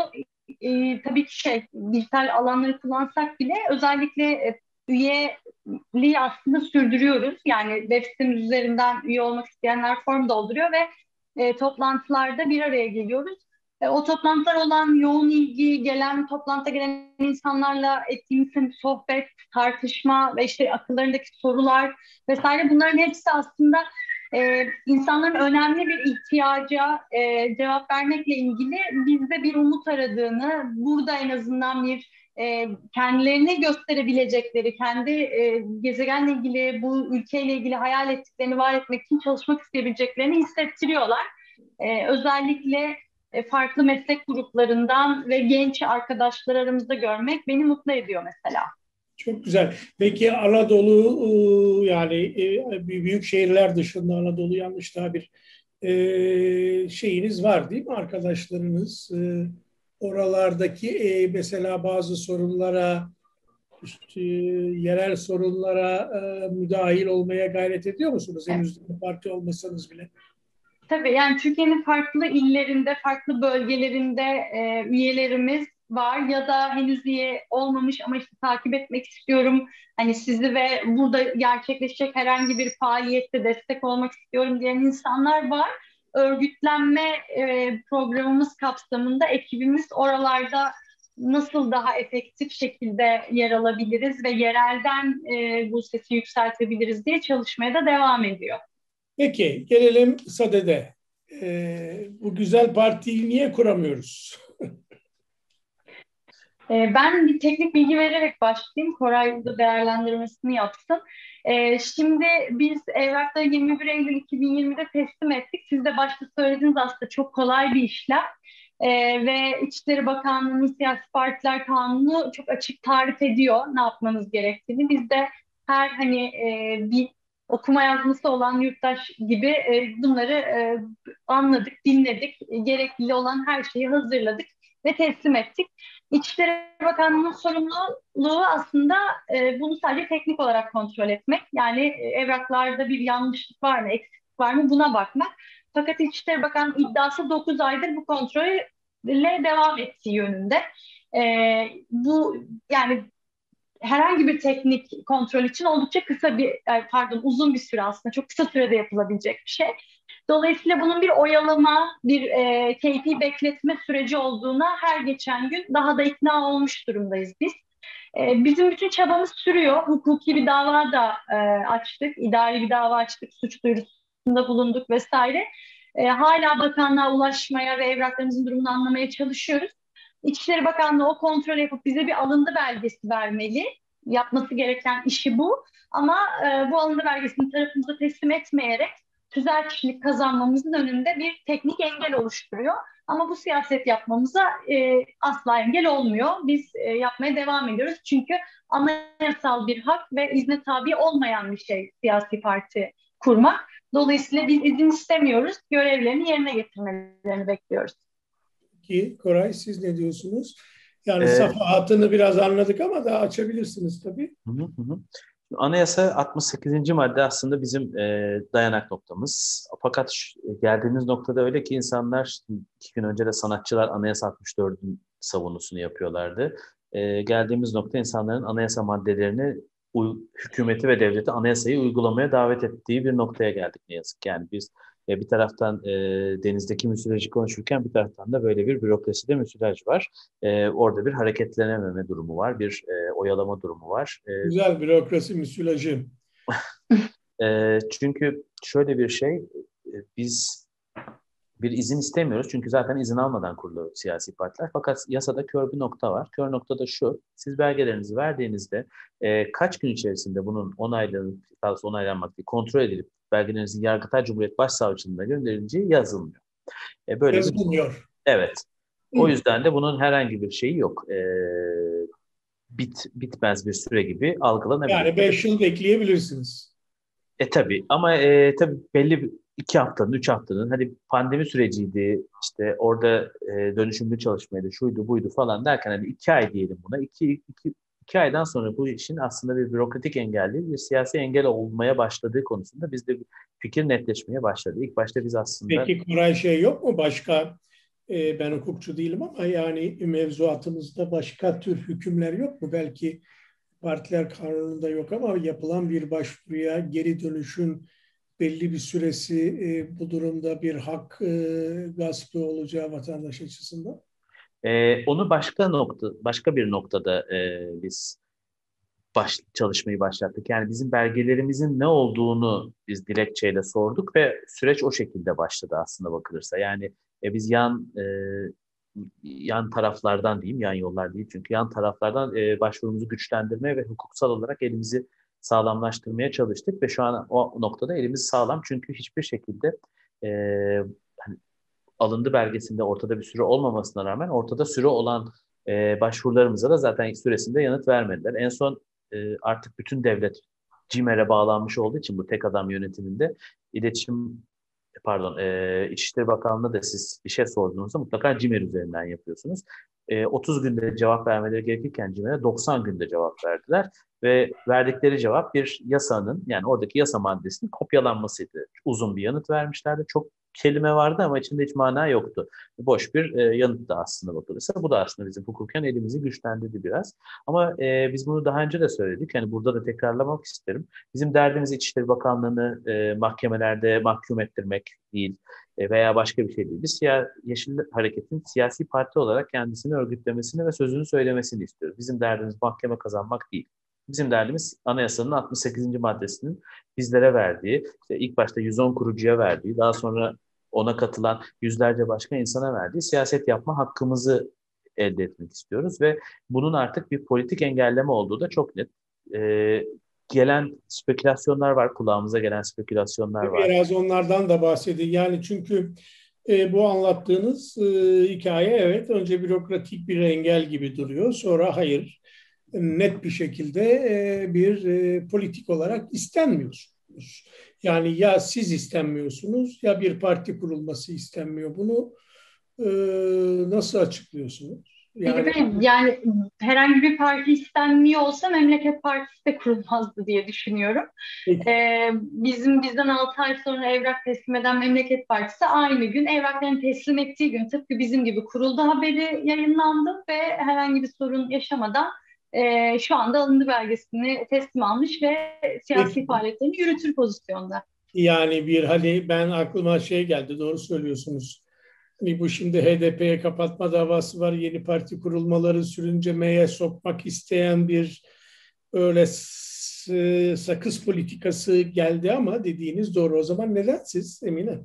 e, tabii ki şey, dijital alanları kullansak bile özellikle e, üyeliği aslında sürdürüyoruz. Yani web sitemiz üzerinden üye olmak isteyenler form dolduruyor ve e, toplantılarda bir araya geliyoruz. E, o toplantılar olan yoğun ilgi, gelen toplantıda gelen insanlarla ettiğimiz hani sohbet, tartışma ve işte akıllarındaki sorular vesaire, bunların hepsi aslında e, insanların önemli bir ihtiyaca e, cevap vermekle ilgili bizde bir umut aradığını, burada en azından bir e, kendilerini gösterebilecekleri, kendi e, gezegenle ilgili, bu ülkeyle ilgili hayal ettiklerini var etmek için çalışmak isteyebileceklerini hissettiriyorlar. E, özellikle e, farklı meslek gruplarından ve genç arkadaşlar aramızda görmek beni mutlu ediyor mesela. Çok güzel. Peki Anadolu ıı, yani e, büyük şehirler dışında Anadolu yanlış tabir e, şeyiniz var değil mi? Arkadaşlarınız e, oralardaki e, mesela bazı sorunlara işte, yerel sorunlara e, müdahil olmaya gayret ediyor musunuz? Henüz parti olmasanız bile. Tabii, yani Türkiye'nin farklı illerinde, farklı bölgelerinde e, üyelerimiz var ya da henüz üye olmamış ama işte takip etmek istiyorum. Hani sizi ve burada gerçekleşecek herhangi bir faaliyette destek olmak istiyorum diyen insanlar var. Örgütlenme e, programımız kapsamında ekibimiz oralarda nasıl daha efektif şekilde yer alabiliriz ve yerelden e, bu sesi yükseltebiliriz diye çalışmaya da devam ediyor. Peki gelelim Sadede. Ee, bu güzel partiyi niye kuramıyoruz? Ben bir teknik bilgi vererek başlayayım. Koray da değerlendirmesini yapsın. Şimdi biz evrakları yirmi bir Eylül iki bin yirmide teslim ettik. Siz de başta söylediğiniz, aslında çok kolay bir işlem. Ve İçişleri Bakanlığı'nın Siyasi Partiler Kanunu çok açık tarif ediyor ne yapmanız gerektiğini. Biz de her hani bir okuma yazması olan yurttaş gibi bunları anladık, dinledik. Gerekli olan her şeyi hazırladık ve teslim ettik. İçişleri Bakanlığı'nın sorumluluğu aslında e, bunu sadece teknik olarak kontrol etmek. Yani e, evraklarda bir yanlışlık var mı, eksiklik var mı, buna bakmak. Fakat İçişleri Bakanlığı iddiası dokuz aydır bu kontrolle devam ettiği yönünde. E, bu yani herhangi bir teknik kontrol için oldukça kısa bir, pardon uzun bir süre, aslında çok kısa sürede yapılabilecek bir şey. Dolayısıyla bunun bir oyalama, bir e, keyfi bekletme süreci olduğuna her geçen gün daha da ikna olmuş durumdayız biz. E, bizim bütün çabamız sürüyor. Hukuki bir dava da e, açtık, idari bir dava açtık, suç duyurusunda bulunduk vesaire. E, hala bakanlığa ulaşmaya ve evraklarımızın durumunu anlamaya çalışıyoruz. İçişleri Bakanlığı o kontrol yapıp bize bir alındı belgesi vermeli. Yapması gereken işi bu. Ama e, bu alındı belgesini tarafımıza teslim etmeyerek tüzel kişilik kazanmamızın önünde bir teknik engel oluşturuyor. Ama bu siyaset yapmamıza e, asla engel olmuyor. Biz e, yapmaya devam ediyoruz. Çünkü anayasal bir hak ve izne tabi olmayan bir şey siyasi parti kurmak. Dolayısıyla biz izin istemiyoruz. Görevlerini yerine getirmelerini bekliyoruz. Ki Koray, siz ne diyorsunuz? Yani Ee, safahatını biraz anladık ama daha açabilirsiniz tabii. Hı hı. Anayasa altmış sekizinci madde aslında bizim e, dayanak noktamız. Fakat şu, geldiğimiz noktada öyle ki insanlar, iki gün önce de sanatçılar Anayasa altmış dördün savunusunu yapıyorlardı. E, geldiğimiz nokta insanların anayasa maddelerini, uy, hükümeti ve devleti anayasayı uygulamaya davet ettiği bir noktaya geldik ne yazık ki. Yani biz e, bir taraftan e, denizdeki müsilajı konuşurken bir taraftan da böyle bir bürokraside müsilaj var. E, orada bir hareketlenememe durumu var, bir e, oyalama durumu var. E, Güzel bürokrasi müsilajı. e, çünkü şöyle bir şey, e, biz bir izin istemiyoruz. Çünkü zaten izin almadan kurulu siyasi partiler. Fakat yasada kör bir nokta var. Kör nokta da şu: siz belgelerinizi verdiğinizde e, kaç gün içerisinde bunun onaylanıp, daha doğrusu onaylanmak değil, kontrol edilip belgelerinizin Yargıtay Cumhuriyet Başsavcılığına gönderileceği yazılmıyor. E, böyle bir Yazılmıyor. evet. O yüzden de bunun herhangi bir şeyi yok. E, bit bitmez bir süre gibi algılanabilir. Yani beş yıl bekleyebilirsiniz. E tabii ama e, tabii belli bir iki haftanın, üç haftanın, hadi pandemi süreciydi, işte orada e, dönüşümlü çalışmaydı, şuydu buydu falan derken hani iki ay diyelim buna. İki, iki, iki aydan sonra bu işin aslında bir bürokratik engel değil, bir siyasi engel olmaya başladığı konusunda bizde bir fikir netleşmeye başladı. İlk başta biz aslında... Peki Koray, şey yok mu başka E, ben hukukçu değilim ama yani mevzuatımızda başka tür hükümler yok mu? Belki partiler kanununda yok ama yapılan bir başvuruya geri dönüşün belli bir süresi e, bu durumda bir hak e, gaspı olacağı vatandaş açısından. E, onu başka nokta, başka bir noktada e, biz baş, çalışmayı başlattık. Yani bizim belgelerimizin ne olduğunu biz dilekçeyle sorduk ve süreç o şekilde başladı aslında bakılırsa. Yani e, biz yan e, yan taraflardan diyeyim, yan yollar değil çünkü yan taraflardan e, başvurumuzu güçlendirmeye ve hukuksal olarak elimizi sağlamlaştırmaya çalıştık ve şu an o noktada elimiz sağlam çünkü hiçbir şekilde e, hani alındı belgesinde ortada bir süre olmamasına rağmen ortada süre olan e, başvurularımıza da zaten süresinde yanıt vermediler. En son e, artık bütün devlet CİMER'e bağlanmış olduğu için bu tek adam yönetiminde iletişim pardon e, İçişleri Bakanlığı'na da siz bir şey sorduğunuzda mutlaka CİMER üzerinden yapıyorsunuz. E, otuz günde cevap vermeleri gerekirken CİMER'e doksan günde cevap verdiler ve verdikleri cevap bir yasanın yani oradaki yasa maddesinin kopyalanmasıydı. Uzun bir yanıt vermişlerdi. Çok kelime vardı ama içinde hiç mana yoktu. Boş bir e, yanıt da aslında bakılırsa. Bu da aslında bizim hukuken elimizi güçlendirdi biraz. Ama e, biz bunu daha önce de söyledik. Yani burada da tekrarlamak isterim. Bizim derdimiz İçişleri Bakanlığı'nı e, mahkemelerde mahkum ettirmek değil e, veya başka bir şey değil. Biz siya, Yeşil Hareket'in siyasi parti olarak kendisini örgütlemesini ve sözünü söylemesini istiyoruz. Bizim derdimiz mahkeme kazanmak değil. Bizim derdimiz anayasanın altmış sekizinci maddesinin bizlere verdiği, işte ilk başta yüz on kurucuya verdiği, daha sonra ona katılan yüzlerce başka insana verdiği siyaset yapma hakkımızı elde etmek istiyoruz ve bunun artık bir politik engelleme olduğu da çok net. Ee, gelen spekülasyonlar var, kulağımıza gelen spekülasyonlar var. Biraz onlardan da bahsedin. Yani çünkü e, bu anlattığınız e, hikaye evet önce bürokratik bir engel gibi duruyor. Sonra hayır net bir şekilde e, bir e, politik olarak istenmiyorsunuz. Yani ya siz istenmiyorsunuz ya bir parti kurulması istenmiyor. Bunu e, nasıl açıklıyorsunuz? Yani Gibi, yani herhangi bir parti istenmiyor olsa Memleket Partisi de kurulmazdı diye düşünüyorum. Ee, bizim bizden altı ay sonra evrak teslim eden Memleket Partisi aynı gün evraklarını teslim ettiği gün tıpkı bizim gibi kuruldu haberi yayınlandı ve herhangi bir sorun yaşamadan e, şu anda alındı belgesini teslim almış ve siyasi peki, faaliyetlerini yürütür pozisyonda. yani bir hani ben aklıma şey geldi doğru söylüyorsunuz. Hani bu şimdi H D P'ye kapatma davası var. Yeni parti kurulmaları sürüncemeye sokmak isteyen bir öyle sakız politikası geldi ama dediğiniz doğru. O zaman neden siz Emine?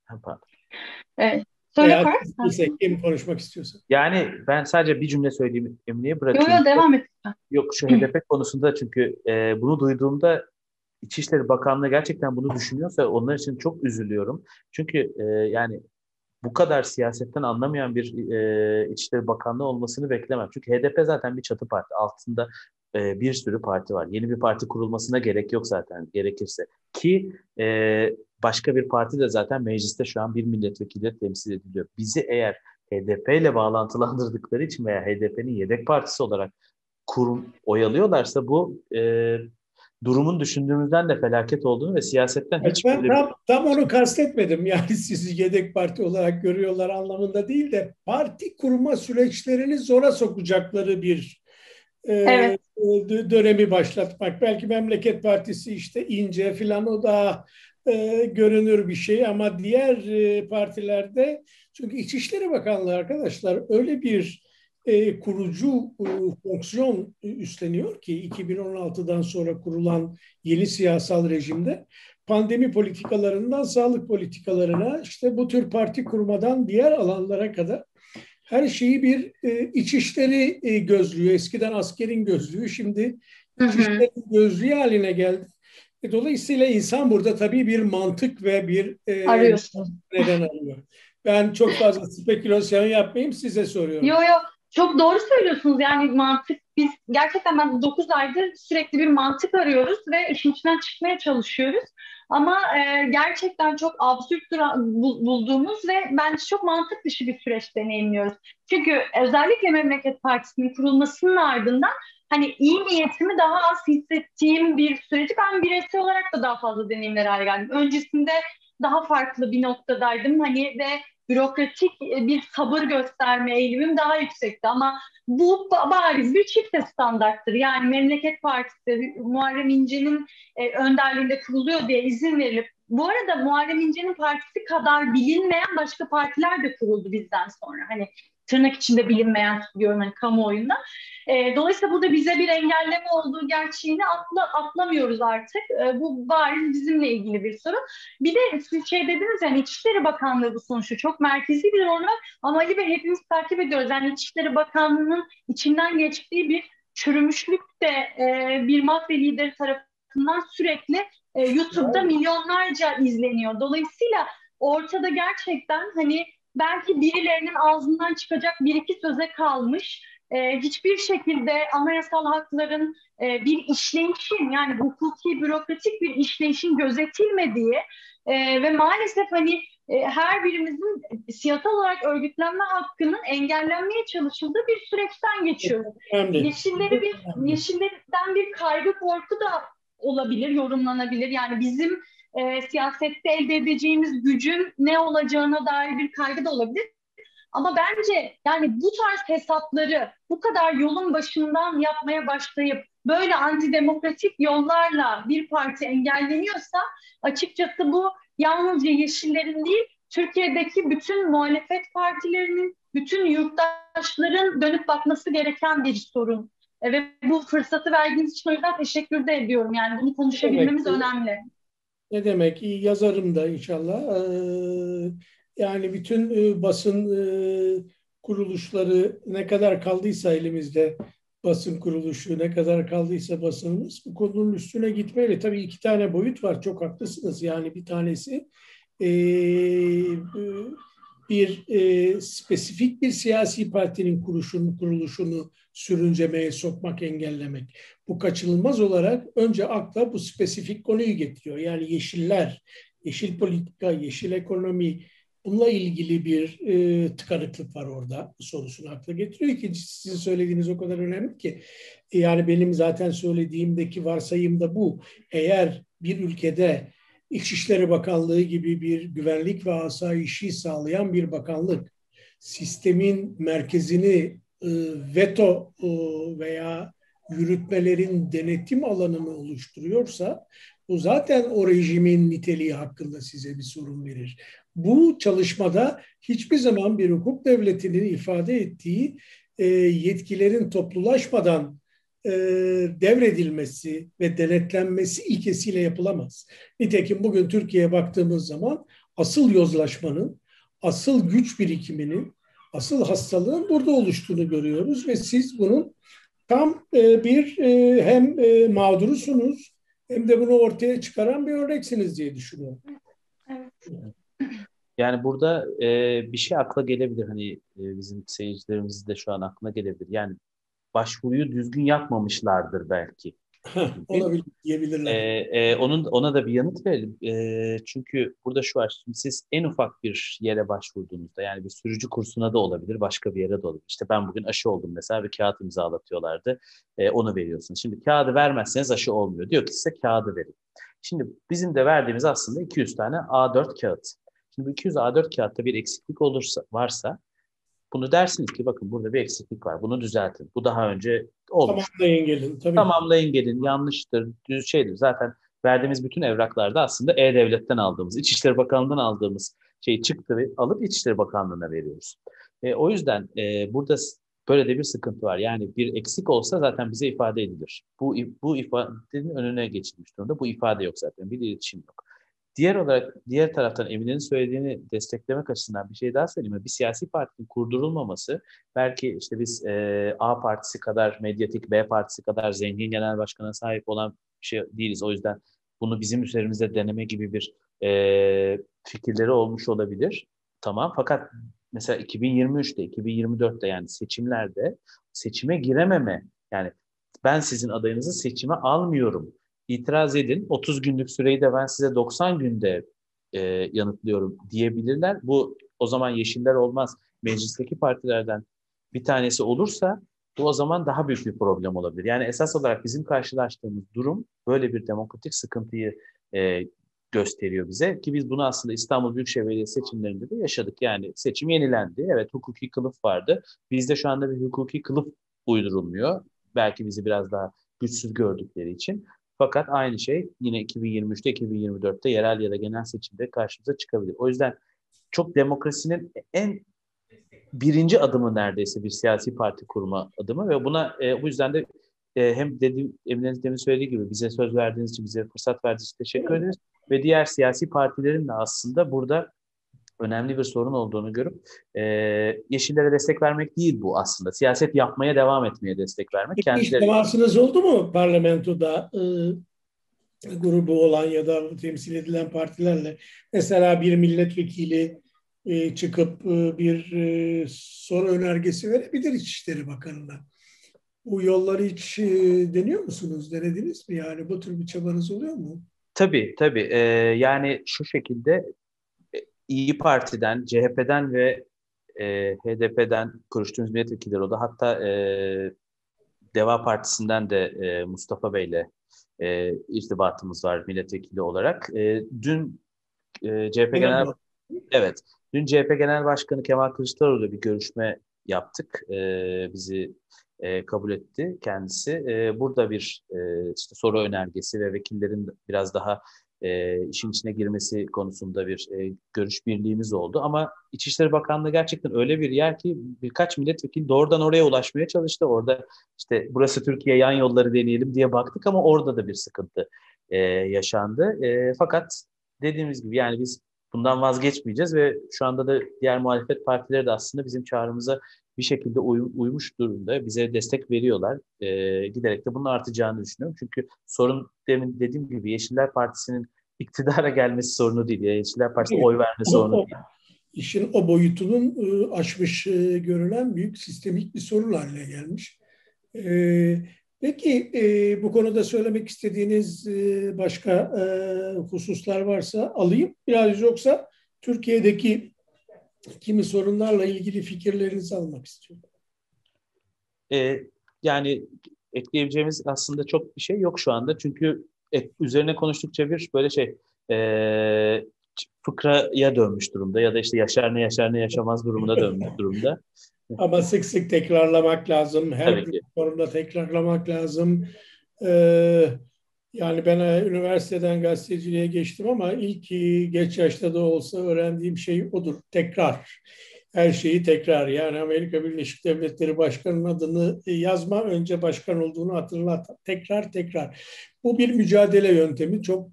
Evet. Söyle Veya Fark. kim konuşmak istiyorsa. Yani ben sadece bir cümle söyleyeyim Emine'ye Yok bırakayım. yok devam et. Yok şu H D P konusunda çünkü e, bunu duyduğumda İçişleri Bakanlığı gerçekten bunu düşünüyorsa onlar için çok üzülüyorum. Çünkü e, yani bu kadar siyasetten anlamayan bir e, İçişleri Bakanlığı olmasını beklemem. Çünkü H D P zaten bir çatı parti. Altında e, bir sürü parti var. Yeni bir parti kurulmasına gerek yok zaten gerekirse. Ki e, başka bir parti de zaten mecliste şu an bir milletvekili temsil ediliyor. Bizi eğer H D P ile bağlantılandırdıkları için veya H D P'nin yedek partisi olarak kurum oyalıyorlarsa bu e, durumun düşündüğümüzden de felaket olduğunu ve siyasetten Evet, hiç ben böyle bir... tam, tam onu kastetmedim. Yani sizi yedek parti olarak görüyorlar anlamında değil de parti kurma süreçlerini zora sokacakları bir e, Evet. dönemi başlatmak. Belki Memleket Partisi işte ince filan o da e, görünür bir şey ama diğer e, partilerde çünkü İçişleri Bakanlığı arkadaşlar öyle bir e, kurucu e, fonksiyon üstleniyor ki iki bin on altıdan sonra kurulan yeni siyasal rejimde pandemi politikalarından sağlık politikalarına işte bu tür parti kurmadan diğer alanlara kadar her şeyi bir e, içişleri e, gözlüyor. Eskiden askerin gözlüğü şimdi içişleri gözlüğü haline geldi. E, dolayısıyla insan burada tabii bir mantık ve bir e, Arıyorsun. neden arıyor. Ben çok fazla spekülasyon yapmayayım size soruyorum. Yo yo çok doğru söylüyorsunuz yani mantık biz gerçekten ben dokuz aydır sürekli bir mantık arıyoruz ve işin içinden çıkmaya çalışıyoruz. Ama e, gerçekten çok absürt bulduğumuz ve bence çok mantık dışı bir süreç deneyimliyoruz. Çünkü özellikle Memleket Partisi'nin kurulmasının ardından hani iyi niyetimi daha az hissettiğim bir süreci ben bireysel olarak da daha fazla deneyimler hale geldim. Öncesinde daha farklı bir noktadaydım. Hani ve bürokratik bir sabır gösterme eğilimim daha yüksekti. Ama bu bariz bir çifte standarttır. Yani Memleket Partisi Muharrem İnce'nin e, önderliğinde kuruluyor diye izin verilip, bu arada Muharrem İnce'nin partisi kadar bilinmeyen başka partiler de kuruldu bizden sonra. Hani tırnak içinde bilinmeyen diyorum hani kamuoyunda. E, dolayısıyla burada bize bir engelleme olduğu gerçeğini atla, atlamıyoruz artık. E, bu bariz bizimle ilgili bir sorun. Bir de siz şey dediniz yani İçişleri Bakanlığı bu sonuçta çok merkezi bir rol var. Ama Ali Bey hepimiz takip ediyoruz. Yani İçişleri Bakanlığı'nın içinden geçtiği bir çürümüşlük de e, bir mafya lideri tarafından sürekli e, YouTube'da milyonlarca izleniyor. Dolayısıyla ortada gerçekten hani belki birilerinin ağzından çıkacak bir iki söze kalmış, e, hiçbir şekilde anayasal hakların e, bir işleyişin, yani hukuki, bürokratik bir işleyişin gözetilmediği e, ve maalesef hani e, her birimizin siyasal olarak örgütlenme hakkının engellenmeye çalışıldığı bir süreçten geçiyoruz. Yeşilleri bir, yeşillerden bir kaygı, korku da olabilir, yorumlanabilir. Yani bizim e, siyasette elde edeceğimiz gücün ne olacağına dair bir kaygı da olabilir. Ama bence yani bu tarz hesapları bu kadar yolun başından yapmaya başlayıp böyle antidemokratik yollarla bir parti engelleniyorsa, açıkçası bu yalnızca Yeşillerin değil, Türkiye'deki bütün muhalefet partilerinin, bütün yurttaşların dönüp bakması gereken bir sorun. E, ve bu fırsatı verdiğiniz için o yüzden teşekkür de ediyorum. Yani bunu konuşabilmemiz önemli. Ne demek? İyi yazarım da inşallah. Ee, yani bütün e, basın e, kuruluşları ne kadar kaldıysa elimizde, basın kuruluşu ne kadar kaldıysa basınımız bu konunun üstüne gitmeli. Tabii iki tane boyut var. Çok haklısınız. Yani bir tanesi e, bir e, spesifik bir siyasi partinin kuruluşunu, kuruluşunu sürüncemeye sokmak, engellemek. Bu kaçınılmaz olarak önce akla bu spesifik konuyu getiriyor. Yani yeşiller, yeşil politika, yeşil ekonomi, bununla ilgili bir e, tıkanıklık var orada sorusunu akla getiriyor. İkincisi, sizin söylediğiniz o kadar önemli ki, yani benim zaten söylediğimdeki varsayım da bu. Eğer bir ülkede İçişleri Bakanlığı gibi bir güvenlik ve asayişi sağlayan bir bakanlık sistemin merkezini e, veto e, veya yürütmelerin denetim alanını oluşturuyorsa, bu zaten o rejimin niteliği hakkında size bir sorun verir. Bu çalışmada hiçbir zaman bir hukuk devletinin ifade ettiği e, yetkilerin toplulaşmadan e, devredilmesi ve denetlenmesi ilkesiyle yapılamaz. Nitekim bugün Türkiye'ye baktığımız zaman asıl yozlaşmanın, asıl güç birikiminin, asıl hastalığın burada oluştuğunu görüyoruz ve siz bunun tam e, bir e, hem e, mağdurusunuz hem de bunu ortaya çıkaran bir örneksiniz diye düşünüyorum. Evet. Yani burada e, bir şey akla gelebilir. Hani e, bizim seyircilerimiz de şu an aklına gelebilir. Yani başvuruyu düzgün yapmamışlardır belki. Olabilir Ee, diyebilirler. e, onun ona da bir yanıt verelim. E, çünkü burada şu var. Şimdi siz en ufak bir yere başvurduğunuzda, yani bir sürücü kursuna da olabilir, başka bir yere de olabilir. İşte ben bugün aşı oldum mesela, bir kağıt imzalatıyorlardı. E, onu veriyorsunuz. Şimdi kağıdı vermezseniz aşı olmuyor. Diyor ki size kağıdı verin. Şimdi bizim de verdiğimiz aslında iki yüz tane A dört kağıt. Şimdi bu iki yüz A dört kağıtta bir eksiklik olursa varsa, bunu dersiniz ki bakın burada bir eksiklik var. Bunu düzeltin. Bu daha önce olmuş. Tamamlayın gelin. Tabii. Tamamlayın gelin. Yanlıştır, düz şeydir. Zaten verdiğimiz bütün evraklarda aslında E-Devlet'ten aldığımız, İçişleri Bakanlığı'ndan aldığımız şey çıktı ve alıp İçişleri Bakanlığı'na veriyoruz. E, o yüzden e, burada böyle de bir sıkıntı var. Yani bir eksik olsa zaten bize ifade edilir. Bu bu ifadenin önüne geçilmiş durumda. Bu ifade yok zaten. Bir iletişim yok. Diğer olarak, diğer taraftan Emine'nin söylediğini desteklemek açısından bir şey daha söyleyeyim mi? Bir siyasi partinin kurdurulmaması, belki işte biz e, A partisi kadar medyatik, B partisi kadar zengin genel başkana sahip olan bir şey değiliz. O yüzden bunu bizim üzerimizde deneme gibi bir e, fikirleri olmuş olabilir. Tamam. Fakat mesela iki bin yirmi üçte, iki bin yirmi dörtte, yani seçimlerde seçime girememe, yani ben sizin adayınızı seçime almıyorum, İtiraz edin, otuz günlük süreyi de ben size doksan günde e, yanıtlıyorum diyebilirler. Bu o zaman Yeşiller olmaz. Meclisteki partilerden bir tanesi olursa bu o zaman daha büyük bir problem olabilir. Yani esas olarak bizim karşılaştığımız durum böyle bir demokratik sıkıntıyı e, gösteriyor bize ki biz bunu aslında İstanbul Büyükşehir Belediyesi seçimlerinde de yaşadık. Yani seçim yenilendi. Evet, hukuki kılıf vardı. Bizde şu anda bir hukuki kılıf uydurulmuyor. Belki bizi biraz daha güçsüz gördükleri için. Fakat aynı şey yine iki bin yirmi üçte, iki bin yirmi dörtte yerel ya da genel seçimde karşımıza çıkabilir. O yüzden çok demokrasinin en birinci adımı neredeyse bir siyasi parti kurma adımı ve buna e, bu yüzden de e, hem dediğim, Emine'nin demin söylediği gibi bize söz verdiğiniz için, bize fırsat verdiğiniz için teşekkür ederiz. Ve diğer siyasi partilerin de aslında burada önemli bir sorun olduğunu görüp e, Yeşillere destek vermek değil bu aslında. Siyaset yapmaya devam etmeye destek vermek. Peki hiç Kendileri... temasınız oldu mu parlamentoda e, grubu olan ya da temsil edilen partilerle? Mesela bir milletvekili e, çıkıp e, bir e, soru önergesi verebilir İçişleri Bakanı'na. Bu yolları hiç e, deniyor musunuz? Denediniz mi? Yani bu tür bir çabanız oluyor mu? Tabii tabii. Ee, yani şu şekilde İyi Parti'den, C H P'den ve e, H D P'den görüştüğümüz milletvekilleri oldu. Hatta e, Deva Partisi'nden de e, Mustafa Bey'le e, irtibatımız var milletvekili olarak. E, dün e, C H P Genel evet, dün C H P Genel Başkanı Kemal Kılıçdaroğlu'yla bir görüşme yaptık. E, bizi e, kabul etti kendisi. E, burada bir e, işte soru önergesi ve vekillerin biraz daha e, işin içine girmesi konusunda bir e, görüş birliğimiz oldu. Ama İçişleri Bakanlığı gerçekten öyle bir yer ki birkaç milletvekili doğrudan oraya ulaşmaya çalıştı. Orada işte burası Türkiye, yan yolları deneyelim diye baktık ama orada da bir sıkıntı e, yaşandı. E, fakat dediğimiz gibi yani biz bundan vazgeçmeyeceğiz ve şu anda da diğer muhalefet partileri de aslında bizim çağrımıza bir şekilde uy- uymuş durumda. Bize destek veriyorlar. Ee, giderek de bunun artacağını düşünüyorum. Çünkü sorun demin dediğim gibi Yeşiller Partisi'nin iktidara gelmesi sorunu değil. Yeşiller Partisi'ne oy verme sorunu o, değil. İşin o boyutunun e, aşmış e, görülen büyük sistemik bir sorun haline gelmiş. E, peki e, bu konuda söylemek istediğiniz e, başka e, hususlar varsa alayım. Biraz yoksa Türkiye'deki kimi sorunlarla ilgili fikirlerinizi almak istiyorum. Ee, yani ekleyebileceğimiz aslında çok bir şey yok şu anda. Çünkü e, üzerine konuştukça bir böyle şey e, fıkraya dönmüş durumda ya da işte yaşar ne yaşar ne yaşamaz durumuna dönmüş durumda. Ama sık sık tekrarlamak lazım. Her platformda tekrarlamak lazım. Ee, yani ben üniversiteden gazeteciliğe geçtim ama ilk geç yaşta da olsa öğrendiğim şey odur. Tekrar. Her şeyi tekrar. Yani Amerika Birleşik Devletleri Başkanı'nın adını yazma, önce başkan olduğunu hatırlat. Tekrar tekrar. Bu bir mücadele yöntemi. Çok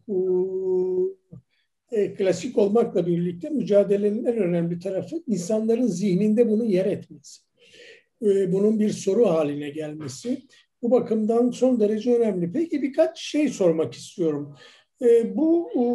e, klasik olmakla birlikte mücadelenin en önemli tarafı insanların zihninde bunu yer etmesi. E, bunun bir soru haline gelmesi. Bu bakımdan son derece önemli. Peki birkaç şey sormak istiyorum. E, bu o,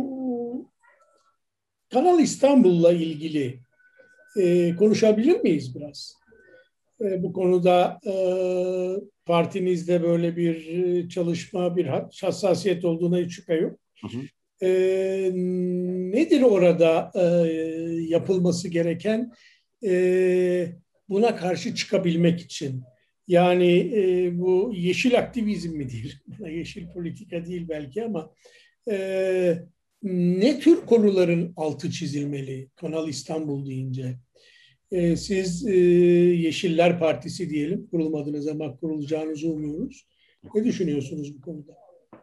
Kanal İstanbul'la ilgili e, konuşabilir miyiz biraz? E, bu konuda e, partinizde böyle bir çalışma, bir hassasiyet olduğuna hiç şüphe yok. Hı hı. E, nedir orada e, yapılması gereken e, buna karşı çıkabilmek için? Yani e, bu yeşil aktivizm mi değil? Yeşil politika değil belki ama e, ne tür konuların altı çizilmeli Kanal İstanbul deyince? E, siz e, Yeşiller Partisi diyelim, kurulmadınız ama kurulacağınızı umuyoruz. Ne düşünüyorsunuz bu konuda?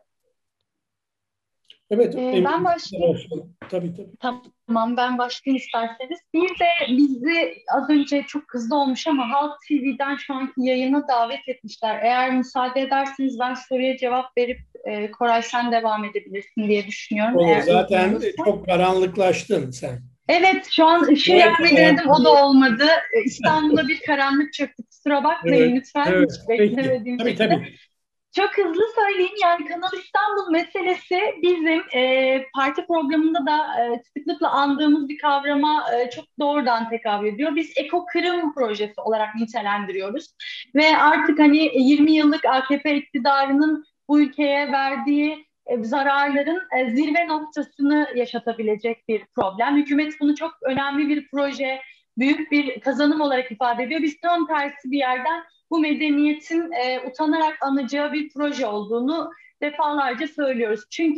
Evet. Ee, ben başlayayım. Tabii tabii. Tamam, ben başlayayım isterseniz. Bir de bizi az önce çok hızlı olmuş ama Halk T V'den şu anki yayına davet etmişler. Eğer müsaade ederseniz ben soruya cevap verip e, Koray sen devam edebilirsin diye düşünüyorum. O, zaten çok karanlıklaştın sen. Evet, şu an ışığı evet, yakmayı denedim, o da olmadı. İstanbul'da bir karanlık çöktü. Kusura bakmayın evet, lütfen, evet, hiç beklemediğim tabii, şekilde. tabii. Çok hızlı söyleyeyim, yani Kanal İstanbul meselesi bizim e, parti programında da e, sıklıkla andığımız bir kavrama e, çok doğrudan tekabül ediyor. Biz Eko Kırım projesi olarak nitelendiriyoruz. Ve artık hani yirmi yıllık A K P iktidarının bu ülkeye verdiği e, zararların e, zirve noktasını yaşatabilecek bir problem. Hükümet bunu çok önemli bir proje, büyük bir kazanım olarak ifade ediyor. Biz tam tersi bir yerden bu medeniyetin e, utanarak anacağı bir proje olduğunu defalarca söylüyoruz. Çünkü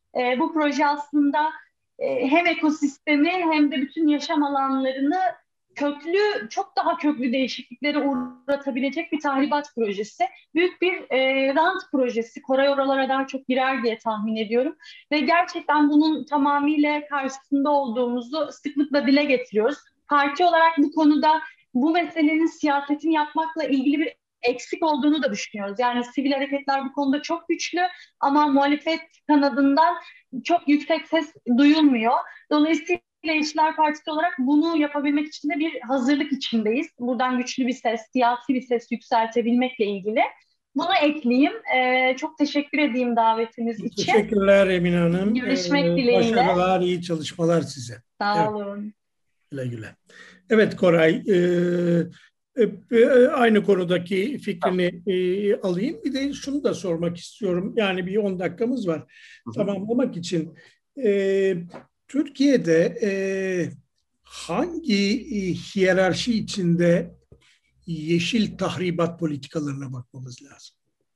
E, bu proje aslında e, hem ekosistemi hem de bütün yaşam alanlarını köklü, çok daha köklü değişikliklere uğratabilecek bir tahribat projesi. Büyük bir e, rant projesi. Koray oralara daha çok girer diye tahmin ediyorum. Ve gerçekten bunun tamamıyla karşısında olduğumuzu sıklıkla dile getiriyoruz. Parti olarak bu konuda bu meselenin siyasetini yapmakla ilgili bir eksik olduğunu da düşünüyoruz. Yani sivil hareketler bu konuda çok güçlü ama muhalefet kanadından çok yüksek ses duyulmuyor. Dolayısıyla İşçiler Partisi olarak bunu yapabilmek için de bir hazırlık içindeyiz. Buradan güçlü bir ses, siyasi bir ses yükseltebilmekle ilgili. Bunu ekleyeyim. Ee, çok teşekkür edeyim davetiniz için. Teşekkürler Emine Hanım. Görüşmek Ee, dileğiyle. başarılar, iyi çalışmalar size. Sağ Evet, olun. güle güle. Evet Koray, e, e, aynı konudaki fikrini e, alayım. Bir de şunu da sormak istiyorum. Yani bir on dakikamız var Hı hı. tamamlamak için. E, Türkiye'de e, hangi e, hiyerarşi içinde yeşil tahribat politikalarına bakmamız lazım?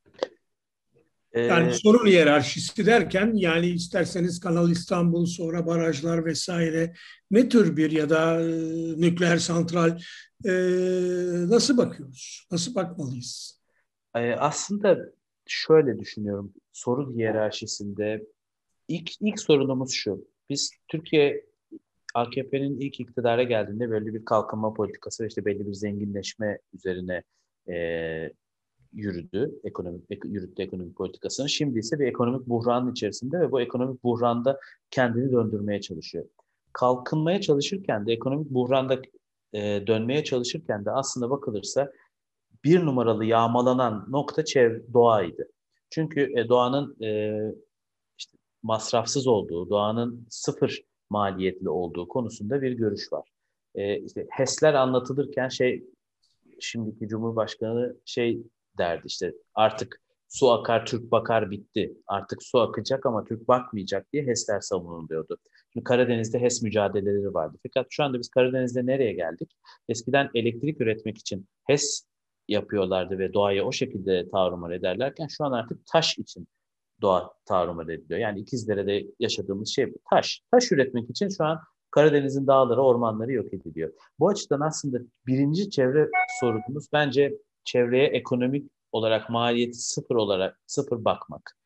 Yani Ee, sorun hiyerarşisi derken yani isterseniz Kanal İstanbul, sonra barajlar vesaire, ne tür bir ya da e, nükleer santral, e, nasıl bakıyoruz? Nasıl bakmalıyız? e, aslında şöyle düşünüyorum. Sorun hiyerarşisinde ilk ilk sorunumuz şu. Biz Türkiye A K P'nin ilk iktidara geldiğinde böyle bir kalkınma politikası ve işte belli bir zenginleşme üzerine e, yürüdü, ekonomik ek, yürüttü ekonomik politikasını. Şimdi ise bir ekonomik buhranın içerisinde ve bu ekonomik buhranda kendini döndürmeye çalışıyor. Kalkınmaya çalışırken de ekonomik buhranda e, dönmeye çalışırken de aslında bakılırsa bir numaralı yağmalanan nokta çevre, doğaydı. Çünkü e, doğanın e, işte masrafsız olduğu, doğanın sıfır maliyetli olduğu konusunda bir görüş var. E, işte HES'ler anlatılırken şey, şimdiki Cumhurbaşkanı şey derdi, işte artık su akar Türk bakar bitti. Artık su akacak ama Türk bakmayacak diye HES'ler savunuluyordu. Şimdi Karadeniz'de HES mücadeleleri vardı. Fakat şu anda biz Karadeniz'de nereye geldik? Eskiden elektrik üretmek için HES yapıyorlardı ve doğaya o şekilde tarumar ederlerken şu an artık taş için doğa tarumar ediliyor. Yani İkizdere'de yaşadığımız şey bu. Taş. Taş üretmek için şu an Karadeniz'in dağları, ormanları yok ediliyor. Bu açıdan aslında birinci çevre sorunumuz bence çevreye ekonomik olarak maliyeti sıfır olarak sıfır bakmak.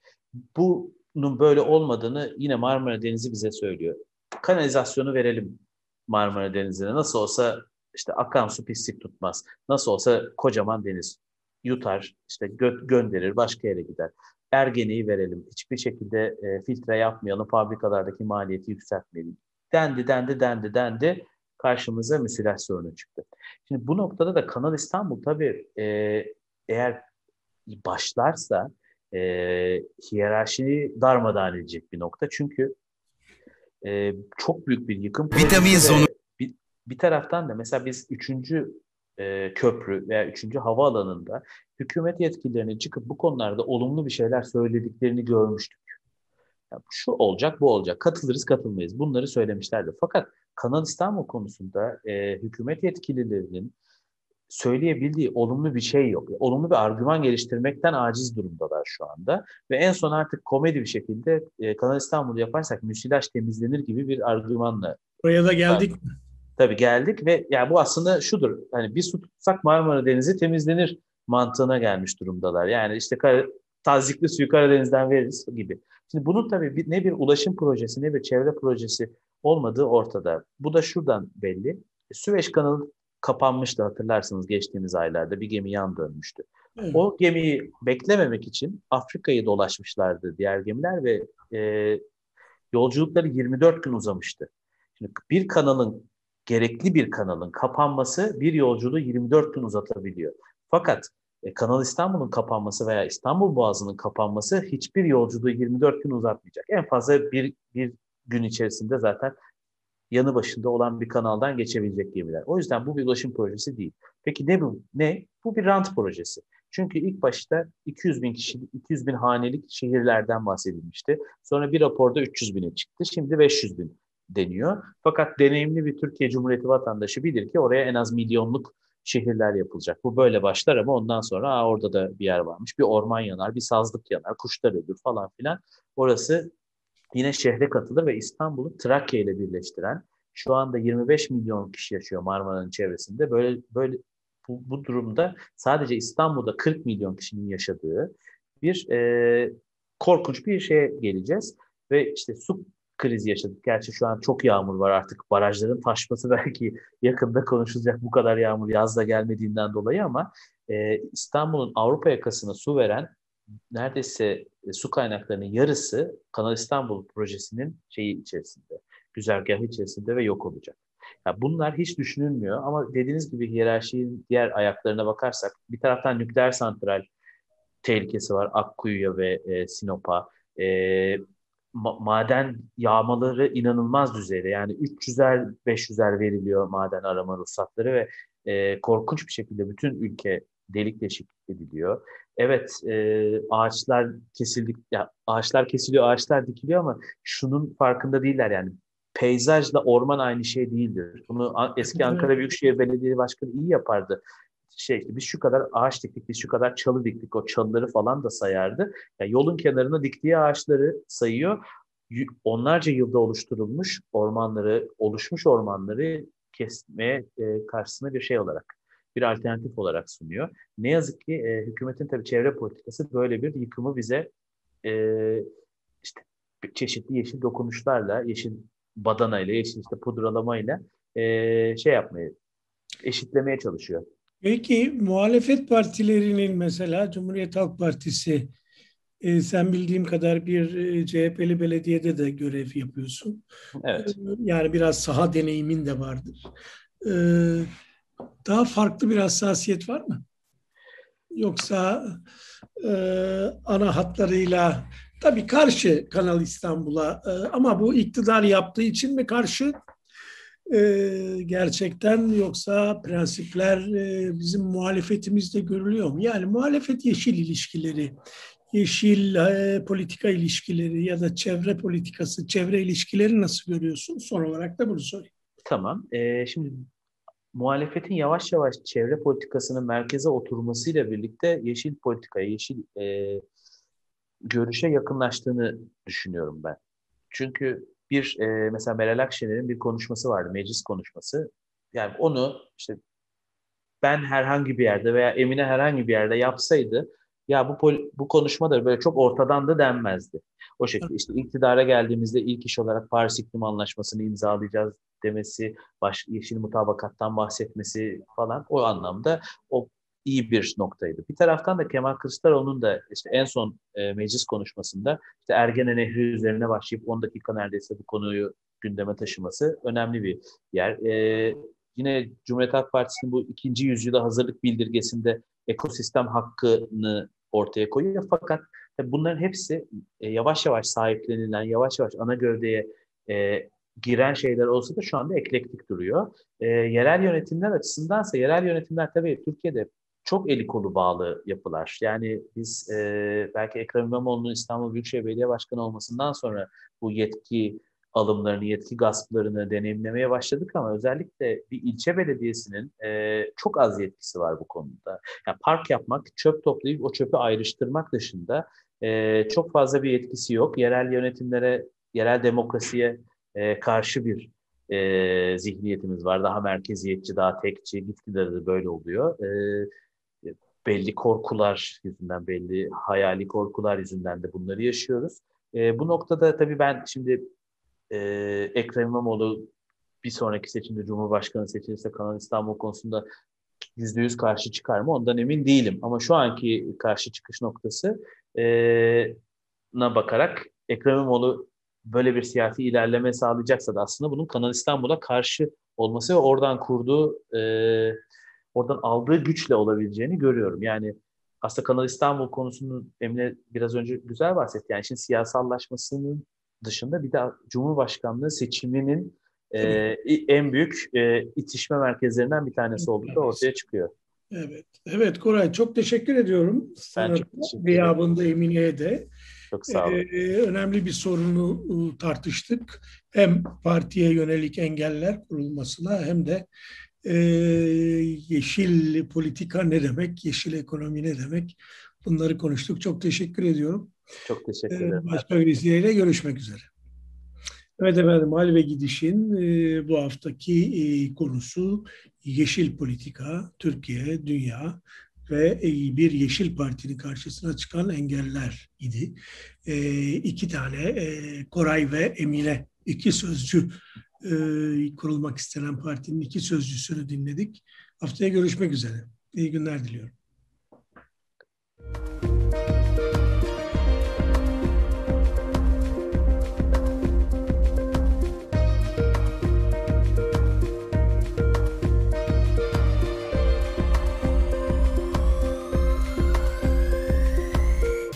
Bunun böyle olmadığını yine Marmara Denizi bize söylüyor. Kanalizasyonu verelim Marmara Denizi'ne. Nasıl olsa işte akan su pislik tutmaz. Nasıl olsa kocaman deniz yutar, işte gö- gönderir, başka yere gider. Ergeneği verelim. Hiçbir şekilde e, filtre yapmayalım. Fabrikalardaki maliyeti yükseltmeyelim. Dendi, dendi, dendi, dendi. Karşımıza müsilaj sorunu çıktı. Şimdi bu noktada da Kanal İstanbul tabii e, eğer başlarsa e, hiyerarşini darmadağın edecek bir nokta. Çünkü e, çok büyük bir yıkım projesi ve bir, bir taraftan da mesela biz üçüncü e, köprü veya üçüncü havaalanında hükümet yetkililerinin çıkıp bu konularda olumlu bir şeyler söylediklerini görmüştük. Ya şu olacak, bu olacak. Katılırız, katılmayız. Bunları söylemişlerdi. Fakat Kanal İstanbul konusunda e, hükümet yetkililerinin söyleyebildiği olumlu bir şey yok. Olumlu bir argüman geliştirmekten aciz durumdalar şu anda. Ve en son artık komedi bir şekilde e, Kanal İstanbul'u yaparsak müsilaj temizlenir gibi bir argümanla. Buraya da geldik. Tabii geldik ve yani bu aslında şudur. Hani bir su tutsak Marmara Denizi temizlenir mantığına gelmiş durumdalar. Yani işte tazyikli suyu Karadeniz'den veririz gibi. Şimdi bunun tabii bir, ne bir ulaşım projesi ne bir çevre projesi olmadığı ortada. Bu da şuradan belli. Süveyş kanalı kapanmıştı, hatırlarsınız, geçtiğimiz aylarda bir gemi yan dönmüştü. Evet. O gemiyi beklememek için Afrika'yı dolaşmışlardı diğer gemiler ve e, yolculukları yirmi dört gün uzamıştı. Şimdi bir kanalın gerekli bir kanalın kapanması bir yolculuğu yirmi dört gün uzatabiliyor. Fakat e, Kanal İstanbul'un kapanması veya İstanbul Boğazı'nın kapanması hiçbir yolculuğu yirmi dört gün uzatmayacak. En fazla bir, bir gün içerisinde zaten yanı başında olan bir kanaldan geçebilecek gemiler. O yüzden bu bir ulaşım projesi değil. Peki ne bu? Ne? Bu bir rant projesi. Çünkü ilk başta iki yüz bin kişi, iki yüz bin hanelik şehirlerden bahsedilmişti. Sonra bir raporda üç yüz bine çıktı. Şimdi beş yüz bin deniyor. Fakat deneyimli bir Türkiye Cumhuriyeti vatandaşı bilir ki oraya en az milyonluk şehirler yapılacak. Bu böyle başlar ama ondan sonra Aa, orada da bir yer varmış. Bir orman yanar, bir sazlık yanar, kuşlar ölür falan filan. Orası yine şehre katılır ve İstanbul'u Trakya ile birleştiren, şu anda yirmi beş milyon kişi yaşıyor Marmara'nın çevresinde. Böyle böyle bu, bu durumda sadece İstanbul'da kırk milyon kişinin yaşadığı bir e, korkunç bir şeye geleceğiz. Ve işte su krizi yaşadık. Gerçi şu an çok yağmur var, artık barajların taşması belki yakında konuşulacak, bu kadar yağmur yazda gelmediğinden dolayı, ama e, İstanbul'un Avrupa yakasına su veren neredeyse e, su kaynaklarının yarısı Kanal İstanbul projesinin şeyi içerisinde, güzergahı içerisinde ve yok olacak. Ya bunlar hiç düşünülmüyor ama dediğiniz gibi hiyerarşinin diğer ayaklarına bakarsak, bir taraftan nükleer santral tehlikesi var Akkuyu'ya ve e, Sinop'a. E, ma- maden yağmaları inanılmaz düzeyde. Yani üç yüzer beş yüzer veriliyor maden arama ruhsatları ve e, korkunç bir şekilde bütün ülke delik deşik ediliyor. Evet, e, ağaçlar kesildik, ya ağaçlar kesiliyor, ağaçlar dikiliyor ama şunun farkında değiller yani. Peyzajla orman aynı şey değildir. Bunu eski Ankara Büyükşehir Belediye Başkanı iyi yapardı. Şey, biz şu kadar ağaç diktik, biz şu kadar çalı diktik, o çalıları falan da sayardı. Yani yolun kenarına diktiği ağaçları sayıyor. Onlarca yılda oluşturulmuş ormanları, oluşmuş ormanları kesmeye e, karşısına bir şey olarak, bir alternatif olarak sunuyor. Ne yazık ki e, hükümetin tabii çevre politikası böyle bir yıkımı bize e, işte çeşitli yeşil dokunuşlarla, yeşil badanayla, yeşil işte pudralamayla e, şey yapmaya, eşitlemeye çalışıyor. Peki muhalefet partilerinin, mesela Cumhuriyet Halk Partisi, e, sen bildiğim kadar bir e, C H P'li belediyede de görev yapıyorsun. Evet. E, yani biraz saha deneyimin de vardır. E, daha farklı bir hassasiyet var mı? Yoksa e, ana hatlarıyla tabii karşı Kanal İstanbul'a e, ama bu iktidar yaptığı için mi karşı e, gerçekten, yoksa prensipler e, bizim muhalefetimizde görülüyor mu? Yani muhalefet yeşil ilişkileri, yeşil e, politika ilişkileri ya da çevre politikası, çevre ilişkileri nasıl görüyorsun? Son olarak da bunu sorayım. Tamam. Ee, şimdi muhalefetin yavaş yavaş çevre politikasının merkeze oturmasıyla birlikte yeşil politikaya, yeşil e, görüşe yakınlaştığını düşünüyorum ben. Çünkü bir e, mesela Meral Akşener'in bir konuşması vardı, meclis konuşması. Yani onu işte ben herhangi bir yerde veya Emine herhangi bir yerde yapsaydı, ya bu bu konuşma da böyle çok ortadan da denmezdi. O şekilde işte iktidara geldiğimizde ilk iş olarak Paris İklim Anlaşması'nı imzalayacağız demesi, baş, yeşil mutabakattan bahsetmesi falan, o anlamda o iyi bir noktaydı. Bir taraftan da Kemal Kılıçdaroğlu'nun da işte en son e, meclis konuşmasında işte Ergene Nehri üzerine başlayıp on dakika neredeyse bu konuyu gündeme taşıması önemli bir yer. E, Yine Cumhuriyet Halk Partisi'nin bu ikinci yüzyıla hazırlık bildirgesinde ekosistem hakkını ortaya koyuyor. Fakat bunların hepsi yavaş yavaş sahiplenilen, yavaş yavaş ana gövdeye e, giren şeyler olsa da şu anda eklektik duruyor. E, yerel yönetimler açısındansa, yerel yönetimler tabii Türkiye'de çok eli kolu bağlı yapılar. Yani biz e, belki Ekrem İmamoğlu'nun İstanbul Büyükşehir Belediye Başkanı olmasından sonra bu yetki alımlarını, yetki gasplarını deneyimlemeye başladık ama özellikle bir ilçe belediyesinin e, çok az yetkisi var bu konuda. Yani park yapmak, çöp toplayıp o çöpü ayrıştırmak dışında e, çok fazla bir yetkisi yok. Yerel yönetimlere, yerel demokrasiye e, karşı bir e, zihniyetimiz var. Daha merkeziyetçi, daha tekçi, gitgide de böyle oluyor. E, belli korkular yüzünden, belli hayali korkular yüzünden de bunları yaşıyoruz. E, bu noktada tabii ben şimdi Ee, Ekrem İmamoğlu bir sonraki seçimde Cumhurbaşkanı seçilirse Kanal İstanbul konusunda yüzde yüz karşı çıkar mı? Ondan emin değilim. Ama şu anki karşı çıkış noktası e, na bakarak Ekrem İmamoğlu böyle bir siyasi ilerleme sağlayacaksa da aslında bunun Kanal İstanbul'a karşı olması ve oradan kurduğu e, oradan aldığı güçle olabileceğini görüyorum. Yani aslında Kanal İstanbul konusunun Emine biraz önce güzel bahsetti. Yani şimdi siyasallaşmasının dışında bir de Cumhurbaşkanlığı seçiminin e, en büyük e, itişme merkezlerinden bir tanesi olduğu da ortaya çıkıyor. Evet, evet Koray, çok teşekkür ediyorum. Sana ben çok teşekkür ederim. Gıyabında Emine'ye de. Çok sağ olun. Ee, önemli bir sorunu tartıştık. Hem partiye yönelik engeller kurulmasına hem de e, yeşil politika ne demek, yeşil ekonomi ne demek, bunları konuştuk. Çok teşekkür ediyorum. Çok teşekkür ederim. Ee, başka bir vesileyle görüşmek üzere. Evet efendim, Hal ve Gidiş'in e, bu haftaki e, konusu yeşil politika, Türkiye, dünya ve e, bir yeşil partinin karşısına çıkan engeller idi. E, iki tane e, Koray ve Emine, iki sözcü e, kurulmak istenen partinin iki sözcüsünü dinledik. Haftaya görüşmek üzere. İyi günler diliyorum.